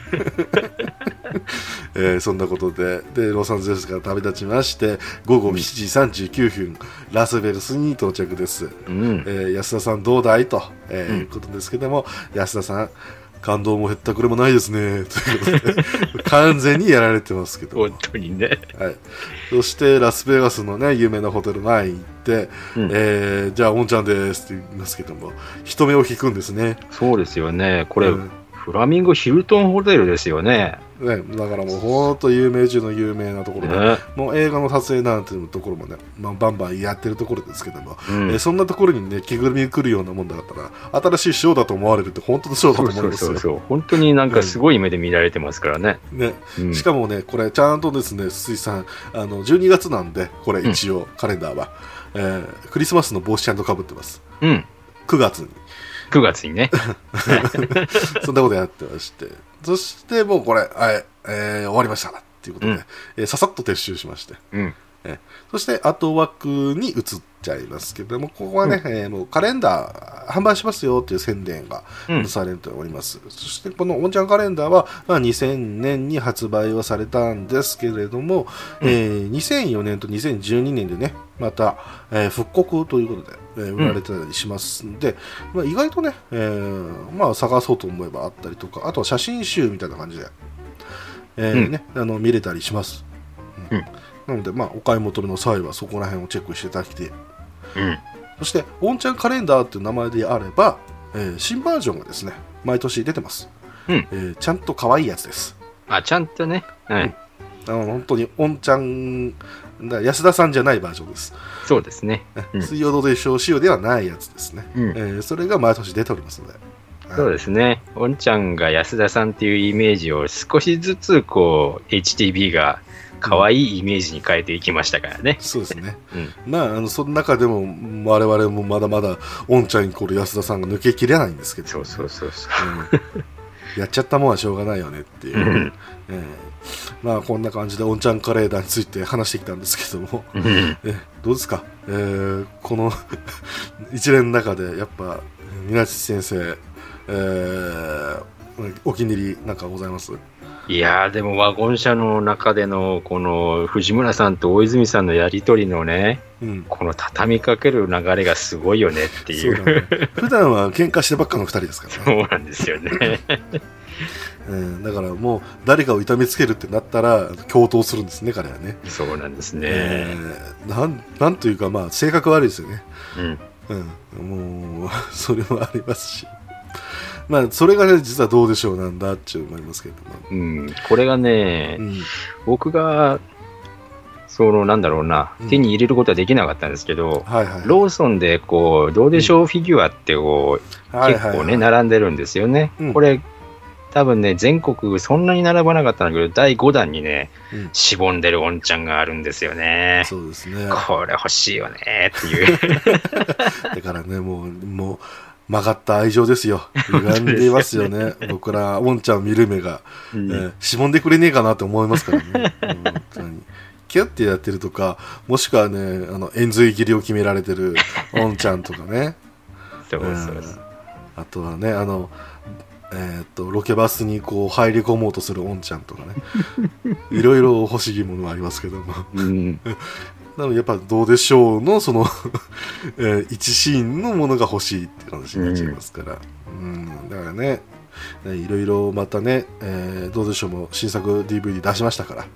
いう、そんなことでロサンゼルスから旅立ちまして午後7時39分、ラスベガスに到着です、安田さんどうだいと、いうことですけども、安田さん感動もへったくれもないですねということで完全にやられてますけど本当にね、 はい、そしてラスベガスのね有名なホテル前に行って、じゃあおんちゃんですって言いますけども人目を引くんですね。 そうですよねこれ、フラミンゴヒルトンホテルですよね。 だからもう本当有名中の有名なところで、もう映画の撮影なんていうところもね、バンバンやってるところですけども、そんなところにね着ぐるみ来るようなもんだったら新しいショーだと思われるって本当のショーだと思うんですよ。 そう本当になんかすごい目で見られてますからね。 しかもねこれちゃんとですね筒井さん12月なんでこれ一応、カレンダーは、クリスマスの帽子ちゃんとかぶってます、9月にねそんなことやってまして、そしてもうこれ、終わりましたっていうことで、ささっと撤収しまして、そして後枠に移っちゃいますけれども、ここはね、もうカレンダー販売しますよという宣伝がされております、そしてこのおんちゃんカレンダーは、2000年に発売はされたんですけれども、2004年と2012年でねまた、復刻ということで売られてたりしますんで、意外とね、探そうと思えばあったりとか、あとは写真集みたいな感じで、見れたりします、なので、お買い求めの際はそこら辺をチェックしていただきて、そしておんちゃんカレンダーっていう名前であれば、新バージョンがですね毎年出てます、ちゃんと可愛いやつです。 ちゃんとね、 本当におんちゃん安田さんじゃないバージョンです。 そうですね、 水曜どうでしょう仕様ではないやつですね、それが毎年出ておりますので、 そうですね、おんちゃんが安田さんっていうイメージを少しずつこう HTB が可愛いイメージに変えていきましたからね。 そうですね、その中でも我々もまだまだおんちゃんにこれ安田さんが抜けきれないんですけど、やっちゃったもんはしょうがないよねっていう、こんな感じでおんちゃんカレーダーについて話してきたんですけども、どうですか、この一連の中でやっぱ皆地先生、お気に入りなんかございます？ いやーでもワゴン車の中でのこの藤村さんと大泉さんのやり取りのね、この畳みかける流れがすごいよねっていう。そうだね、 普段は喧嘩してばっかの2人ですからね。そうなんですよね。 だからもう誰かを痛めつけるってなったら共闘するんですね彼はね。 そうなんですね。 なんというか性格悪いですよね。もうそれもありますし。それがね実はどうでしょうなんだって思いますけれども、 これがね、僕がなんだろうな、手に入れることはできなかったんですけど、ローソンでこうどうでしょうフィギュアってこう、結構ね並んでるんですよね、これ多分ね、全国そんなに並ばなかったんだけど、第5弾にね、しぼんでるおんちゃんがあるんですよね。 そうですね。 これ欲しいよねっていう。 だからね、もう曲がった愛情ですよ。歪んでいますよね。僕ら、おんちゃんを見る目が、しぼんでくれねえかなと思いますからね。本当に。キュッてやってるとか、もしくはね、円髄切りを決められてるおんちゃんとかね。 そうそうです。 あとはね、ロケバスにこう入り込もうとするおんちゃんとかね。いろいろ欲しいものはありますけども。なのでやっぱどうでしょうのその一シーンのものが欲しいって話になっちゃいますから、だからね、いろいろまたね、どうでしょうも新作 DVD 出しましたから、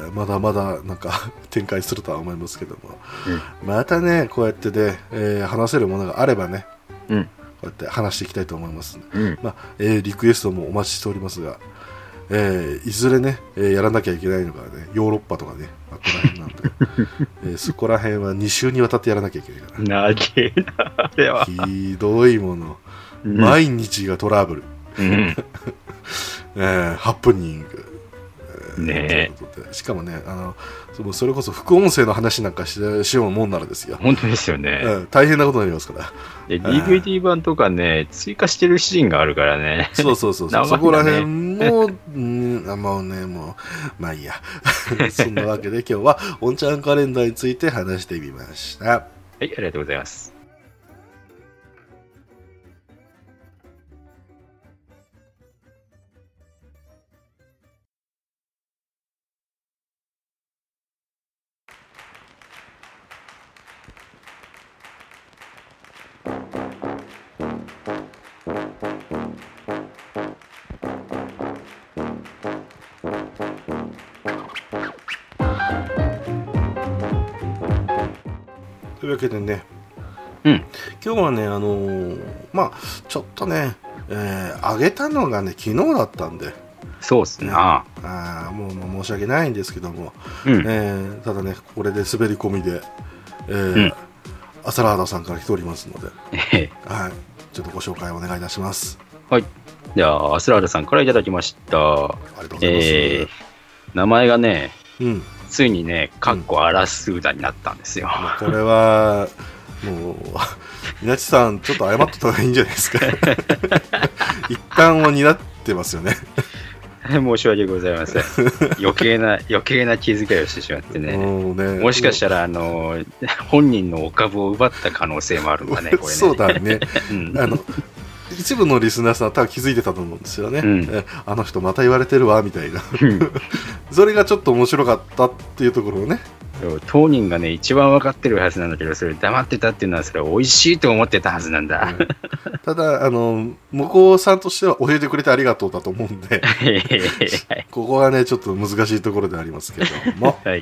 まだまだなんか展開するとは思いますけども、またねこうやってで、話せるものがあればね、こうやって話していきたいと思いますので、リクエストもお待ちしておりますが、いずれね、やらなきゃいけないのがね、ヨーロッパとかね、ここら辺なんで、そこら辺は2週にわたってやらなきゃいけないから。 長えな、あれは。 ひどいもの。毎日がトラブル。ハプニング。 ねえ。しかもね、それこそ副音声の話なんかしようもんならですよ。 本当ですよね。 大変なことになりますから。 で DVD 版とかね、追加してるシーンがあるからね。 そう。そこら辺も、もうね、まあいいや。そんなわけで今日は、おんちゃんカレンダーについて話してみました。はい、 ありがとうございます。 というわけでね、今日はね、ちょっとね、上げたのがね、昨日だったんで、 そうっすね。 もう申し訳ないんですけども、ただね、これで滑り込みで、アサラーダさんから来ておりますので、はい、ちょっとご紹介お願いいたします。 はい。では、アスラーダさんからいただきました。 ありがとうございます。 名前がね、ついにね、かっこアラスーダになったんですよ。 これは、もう、稲地さん、ちょっと謝っとった方がいいんじゃないですか。一貫を担ってますよね。 申し訳ございません。余計な気遣いをしてしまってね。もしかしたら、本人のお株を奪った可能性もあるんだね、これね。 そうだね。一部のリスナーさんは多分気づいてたと思うんですよね、あの人また言われてるわみたいな、それがちょっと面白かったっていうところをね、 当人がね一番分かってるはずなんだけど、それ黙ってたっていうのはそれは美味しいと思ってたはずなんだ、 ただ向こうさんとしては教えてくれてありがとうだと思うんでここがねちょっと難しいところでありますけどもはい、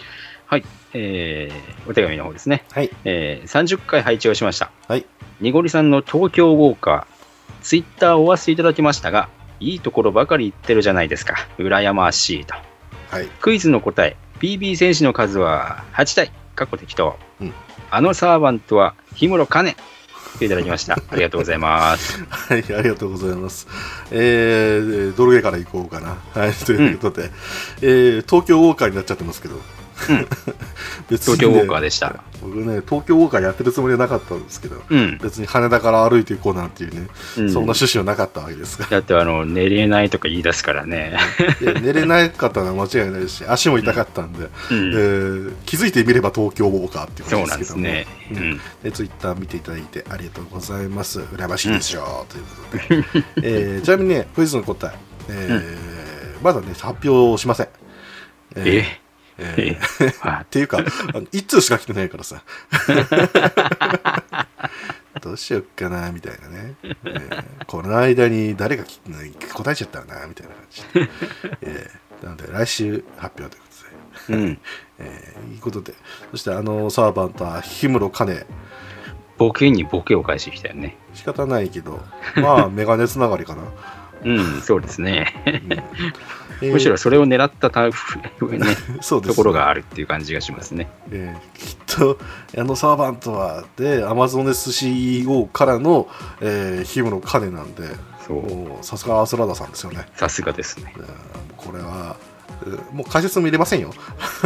お手紙の方ですね、30回配置をしました。 はい、 にごりさんの東京ウォーカー、ツイッターをお忘れいただきましたが、いいところばかり言ってるじゃないですか。羨ましいと。クイズの答え、PB 戦士の数は8体、かっこ適当。あのサーバントは氷室カネといただきました。ありがとうございます。 はい、ありがとうございます。ドルゲからいこうかな。はい、ということで、東京ウォーカーになっちゃってますけど。 東京ウォーカーでした。 僕ね、東京ウォーカーやってるつもりはなかったんですけど、別に羽田から歩いていこうなんていうね、そんな趣旨はなかったわけですが。 だって寝れないとか言い出すからね。 寝れなかったのは間違いないし、足も痛かったんで、気づいてみれば東京ウォーカーっていうことですけども、でツイッター見ていただいてありがとうございます。羨ましいでしょう、ということで、ちなみにね、クイズの答え、まだね発表しません。っていうか1通しか来てないからさどうしよっかなみたいなね、この間に誰が答えちゃったらなみたいな感じで、なので来週発表ということで、いいことで、そしてサーバントは氷室カネ、 ボケにボケを返してきたよね。 仕方ないけど、まあメガネつながりかな。 そうですね。むしろそれを狙ったところがあるっていう感じがしますね。 きっとサーバントはでアマゾネス CEO からの氷室カネなんで、 さすがアスラーダさんですよね。 さすがですね。 これはもう解説も入れませんよ。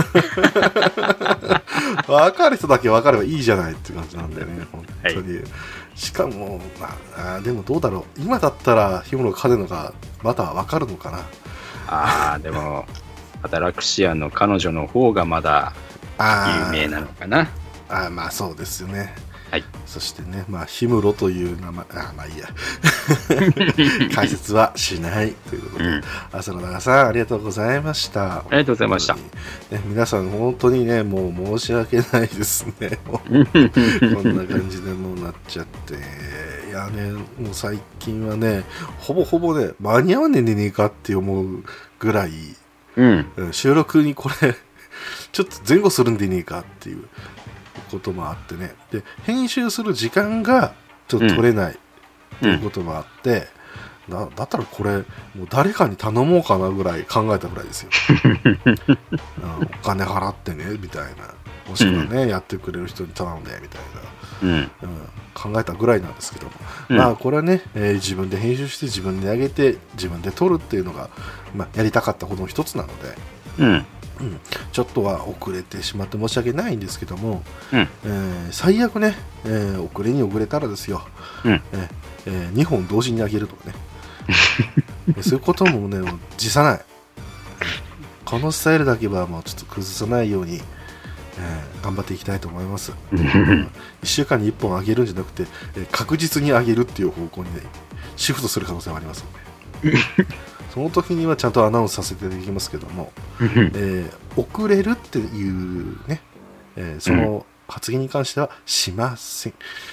分かる人だけ分かればいいじゃないっていう感じなんでね、本当に。はい、しかも、でもどうだろう、今だったら日村が勝てるのかまた分かるのかな。 でもアタラクシアの彼女の方がまだ有名なのかな。 まあそうですよね。 はい、 そしてね、氷室という名前、まあいいや解説はしないということで、浅野長さんありがとうございました。 ありがとうございました。 皆さん本当にね、もう申し訳ないですね。こんな感じでもうなっちゃって、いやね、もう最近はね、ほぼね間に合わねえんでねえかって思うぐらい、収録にこれちょっと前後するんでねえかっていうこともあってね、で編集する時間がちょっと取れないということもあって、だったらこれもう誰かに頼もうかなぐらい考えたぐらいですよ。お金払ってねみたいな、もしくはね、やってくれる人に頼んでみたいな、考えたぐらいなんですけども、これはね、自分で編集して自分で上げて自分で撮るっていうのが、やりたかったことの一つなので、ちょっとは遅れてしまって申し訳ないんですけども、最悪ね、遅れに遅れたらですよ、2本同時に上げるとかねそういうこともね、辞さない、このスタイルだけはもうちょっと崩さないように、頑張っていきたいと思います。1週間に1本上げるんじゃなくて、確実に上げるっていう方向にねシフトする可能性はありますのでその時にはちゃんとアナウンスさせていただきますけども、遅れるっていうね、その発言に関してはしません。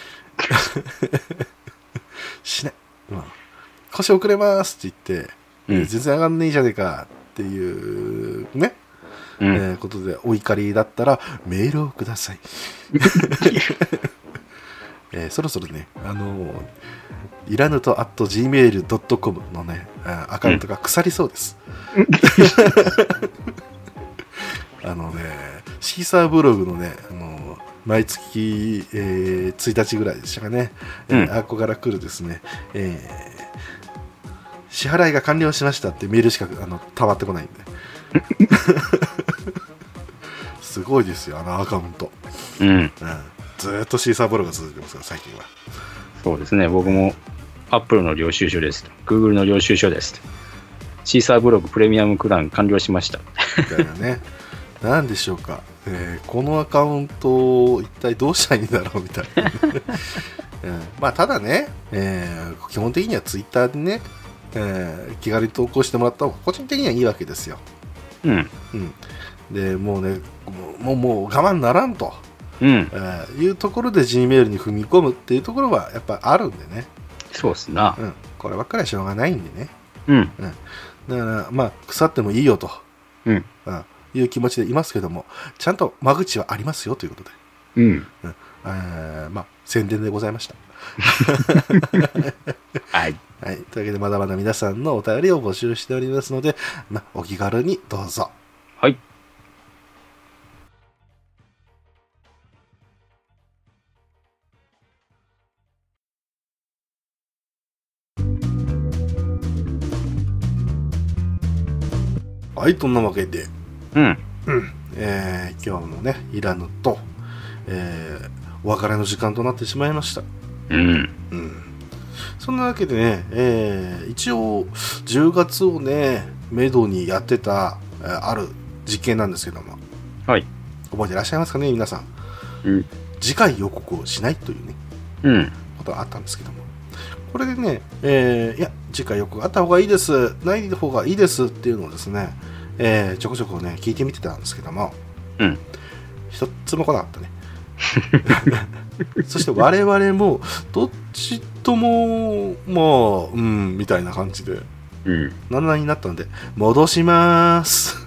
しない。腰遅れますって言って、全然上がんねえじゃねえかっていうね、ことでお怒りだったらメールをください。そろそろね、いらぬと @gmail.com のね、アカウントが腐りそうです。シーサーブログのね、毎月、1日ぐらいでしたかね、あこから来るですね、支払いが完了しましたってメールしか溜まってこないんで。すごいですよ、アカウント。ずっとシーサーブログが続いてますから最近は。 そうですね、僕もアップルの領収書ですと、Google の領収書ですと、シーサーブログプレミアムプラン完了しましたみたいなね。なんでしょうか、このアカウント一体どうしたらいいんだろうみたいな、ただね、基本的にはツイッターでね、気軽に投稿してもらった方が個人的にはいいわけですよ。でもうね、もう我慢ならんと、いうところで Gmail に踏み込むっていうところはやっぱあるんでね。 そうっすな、 こればっかりはしょうがないんでね、だから腐ってもいいよと、いう気持ちでいますけども、ちゃんと間口はありますよということで、宣伝でございました。はい、というわけでまだまだ皆さんのお便りを募集しておりますので、お気軽にどうぞ。 はい。 はい、とんなわけで、今日もね、いらぬと、お別れの時間となってしまいました。そんなわけでね、一応10月をねめどにやってた、ある実験なんですけども、覚えていらっしゃいますかね皆さん。次回予告をしないというね、ことがあったんですけども、これでね、いや次回予告あった方がいいです、ない方がいいですっていうのをですね、ちょこちょこね聞いてみてたんですけども、一つも来なかったね。そして我々もどっちともみたいな感じで、7になったので戻しまーす。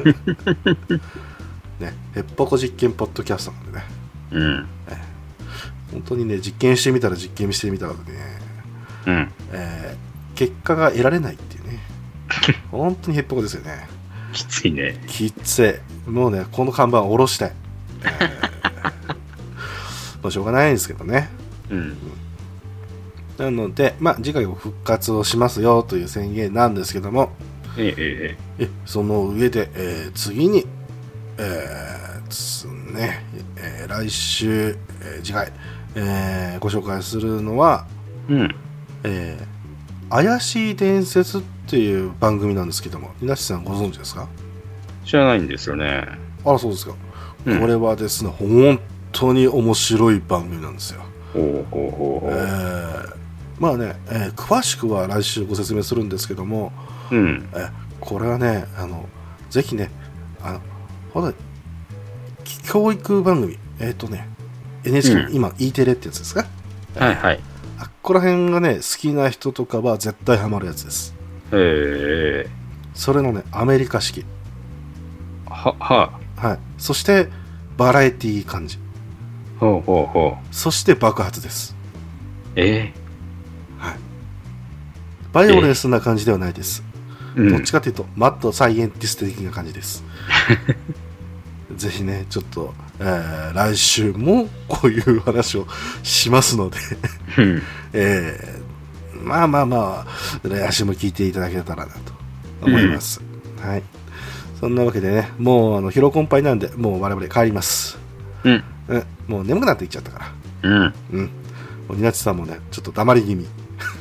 ね、へっぽこ実験ポッドキャストなんでね、本当にね実験してみたら実験してみたらね、結果が得られないっていうね、本当にへっぽこですよね。 きついね。 きつい。もうねこの看板下ろしたい。しょうがないんですけどね、 なので、次回を復活をしますよという宣言なんですけども、その上で、次に、来週、次回、ご紹介するのは、怪しい伝説っていう番組なんですけども、稲地さんご存知ですか？ 知らないんですよね。 あら、そうですか。これはですね、本当に面白い番組なんですよ。詳しくは来週ご説明するんですけども、これはね、ぜひね、教育番組、NHK、今 E テレってやつですか？ はいはい。 あっこら辺がね、好きな人とかは絶対ハマるやつです。それのね、アメリカ式。はい。そしてバラエティー感じ。そして爆発です。はい。バイオレンスな感じではないです。どっちかというとマッドサイエンティスト的な感じです。ぜひね、ちょっと、来週もこういう話をしますので来週も聞いていただけたらなと思います。はい。そんなわけでね、もう疲労困憊なんで、もう我々帰ります。もう眠くなっていっちゃったから。もうニナチさんもね、ちょっと黙り気味。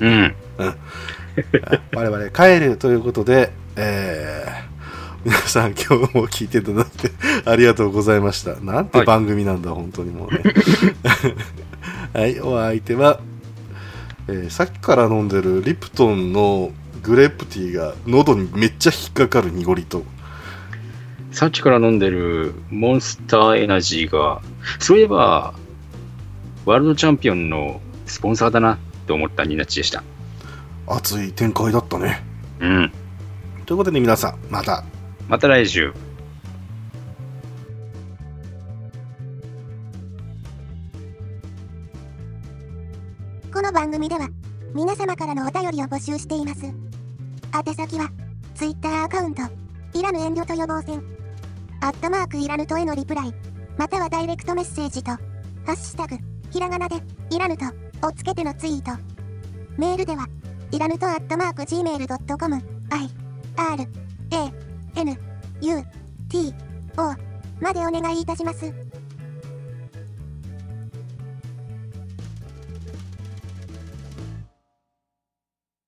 我々帰るということで、皆さん今日も聞いていただいてありがとうございました。なんて番組なんだ、本当にもうね。はい、お相手は、さっきから飲んでるリプトンのグレープティーが喉にめっちゃ引っかかる濁りと、 さっきから飲んでるモンスターエナジーが、そういえばワールドチャンピオンのスポンサーだなって思ったニナッチでした。 熱い展開だったね。ということで皆さん、また来週。 この番組では皆様からのお便りを募集しています。宛先は Twitter アカウントいらぬ遠慮と予防線@いらぬとへのリプライ、またはダイレクトメッセージとハッシュタグひらがなでいらぬとをつけてのツイート。メールではいらぬと@gmail.com IRANUTO までお願いいたします。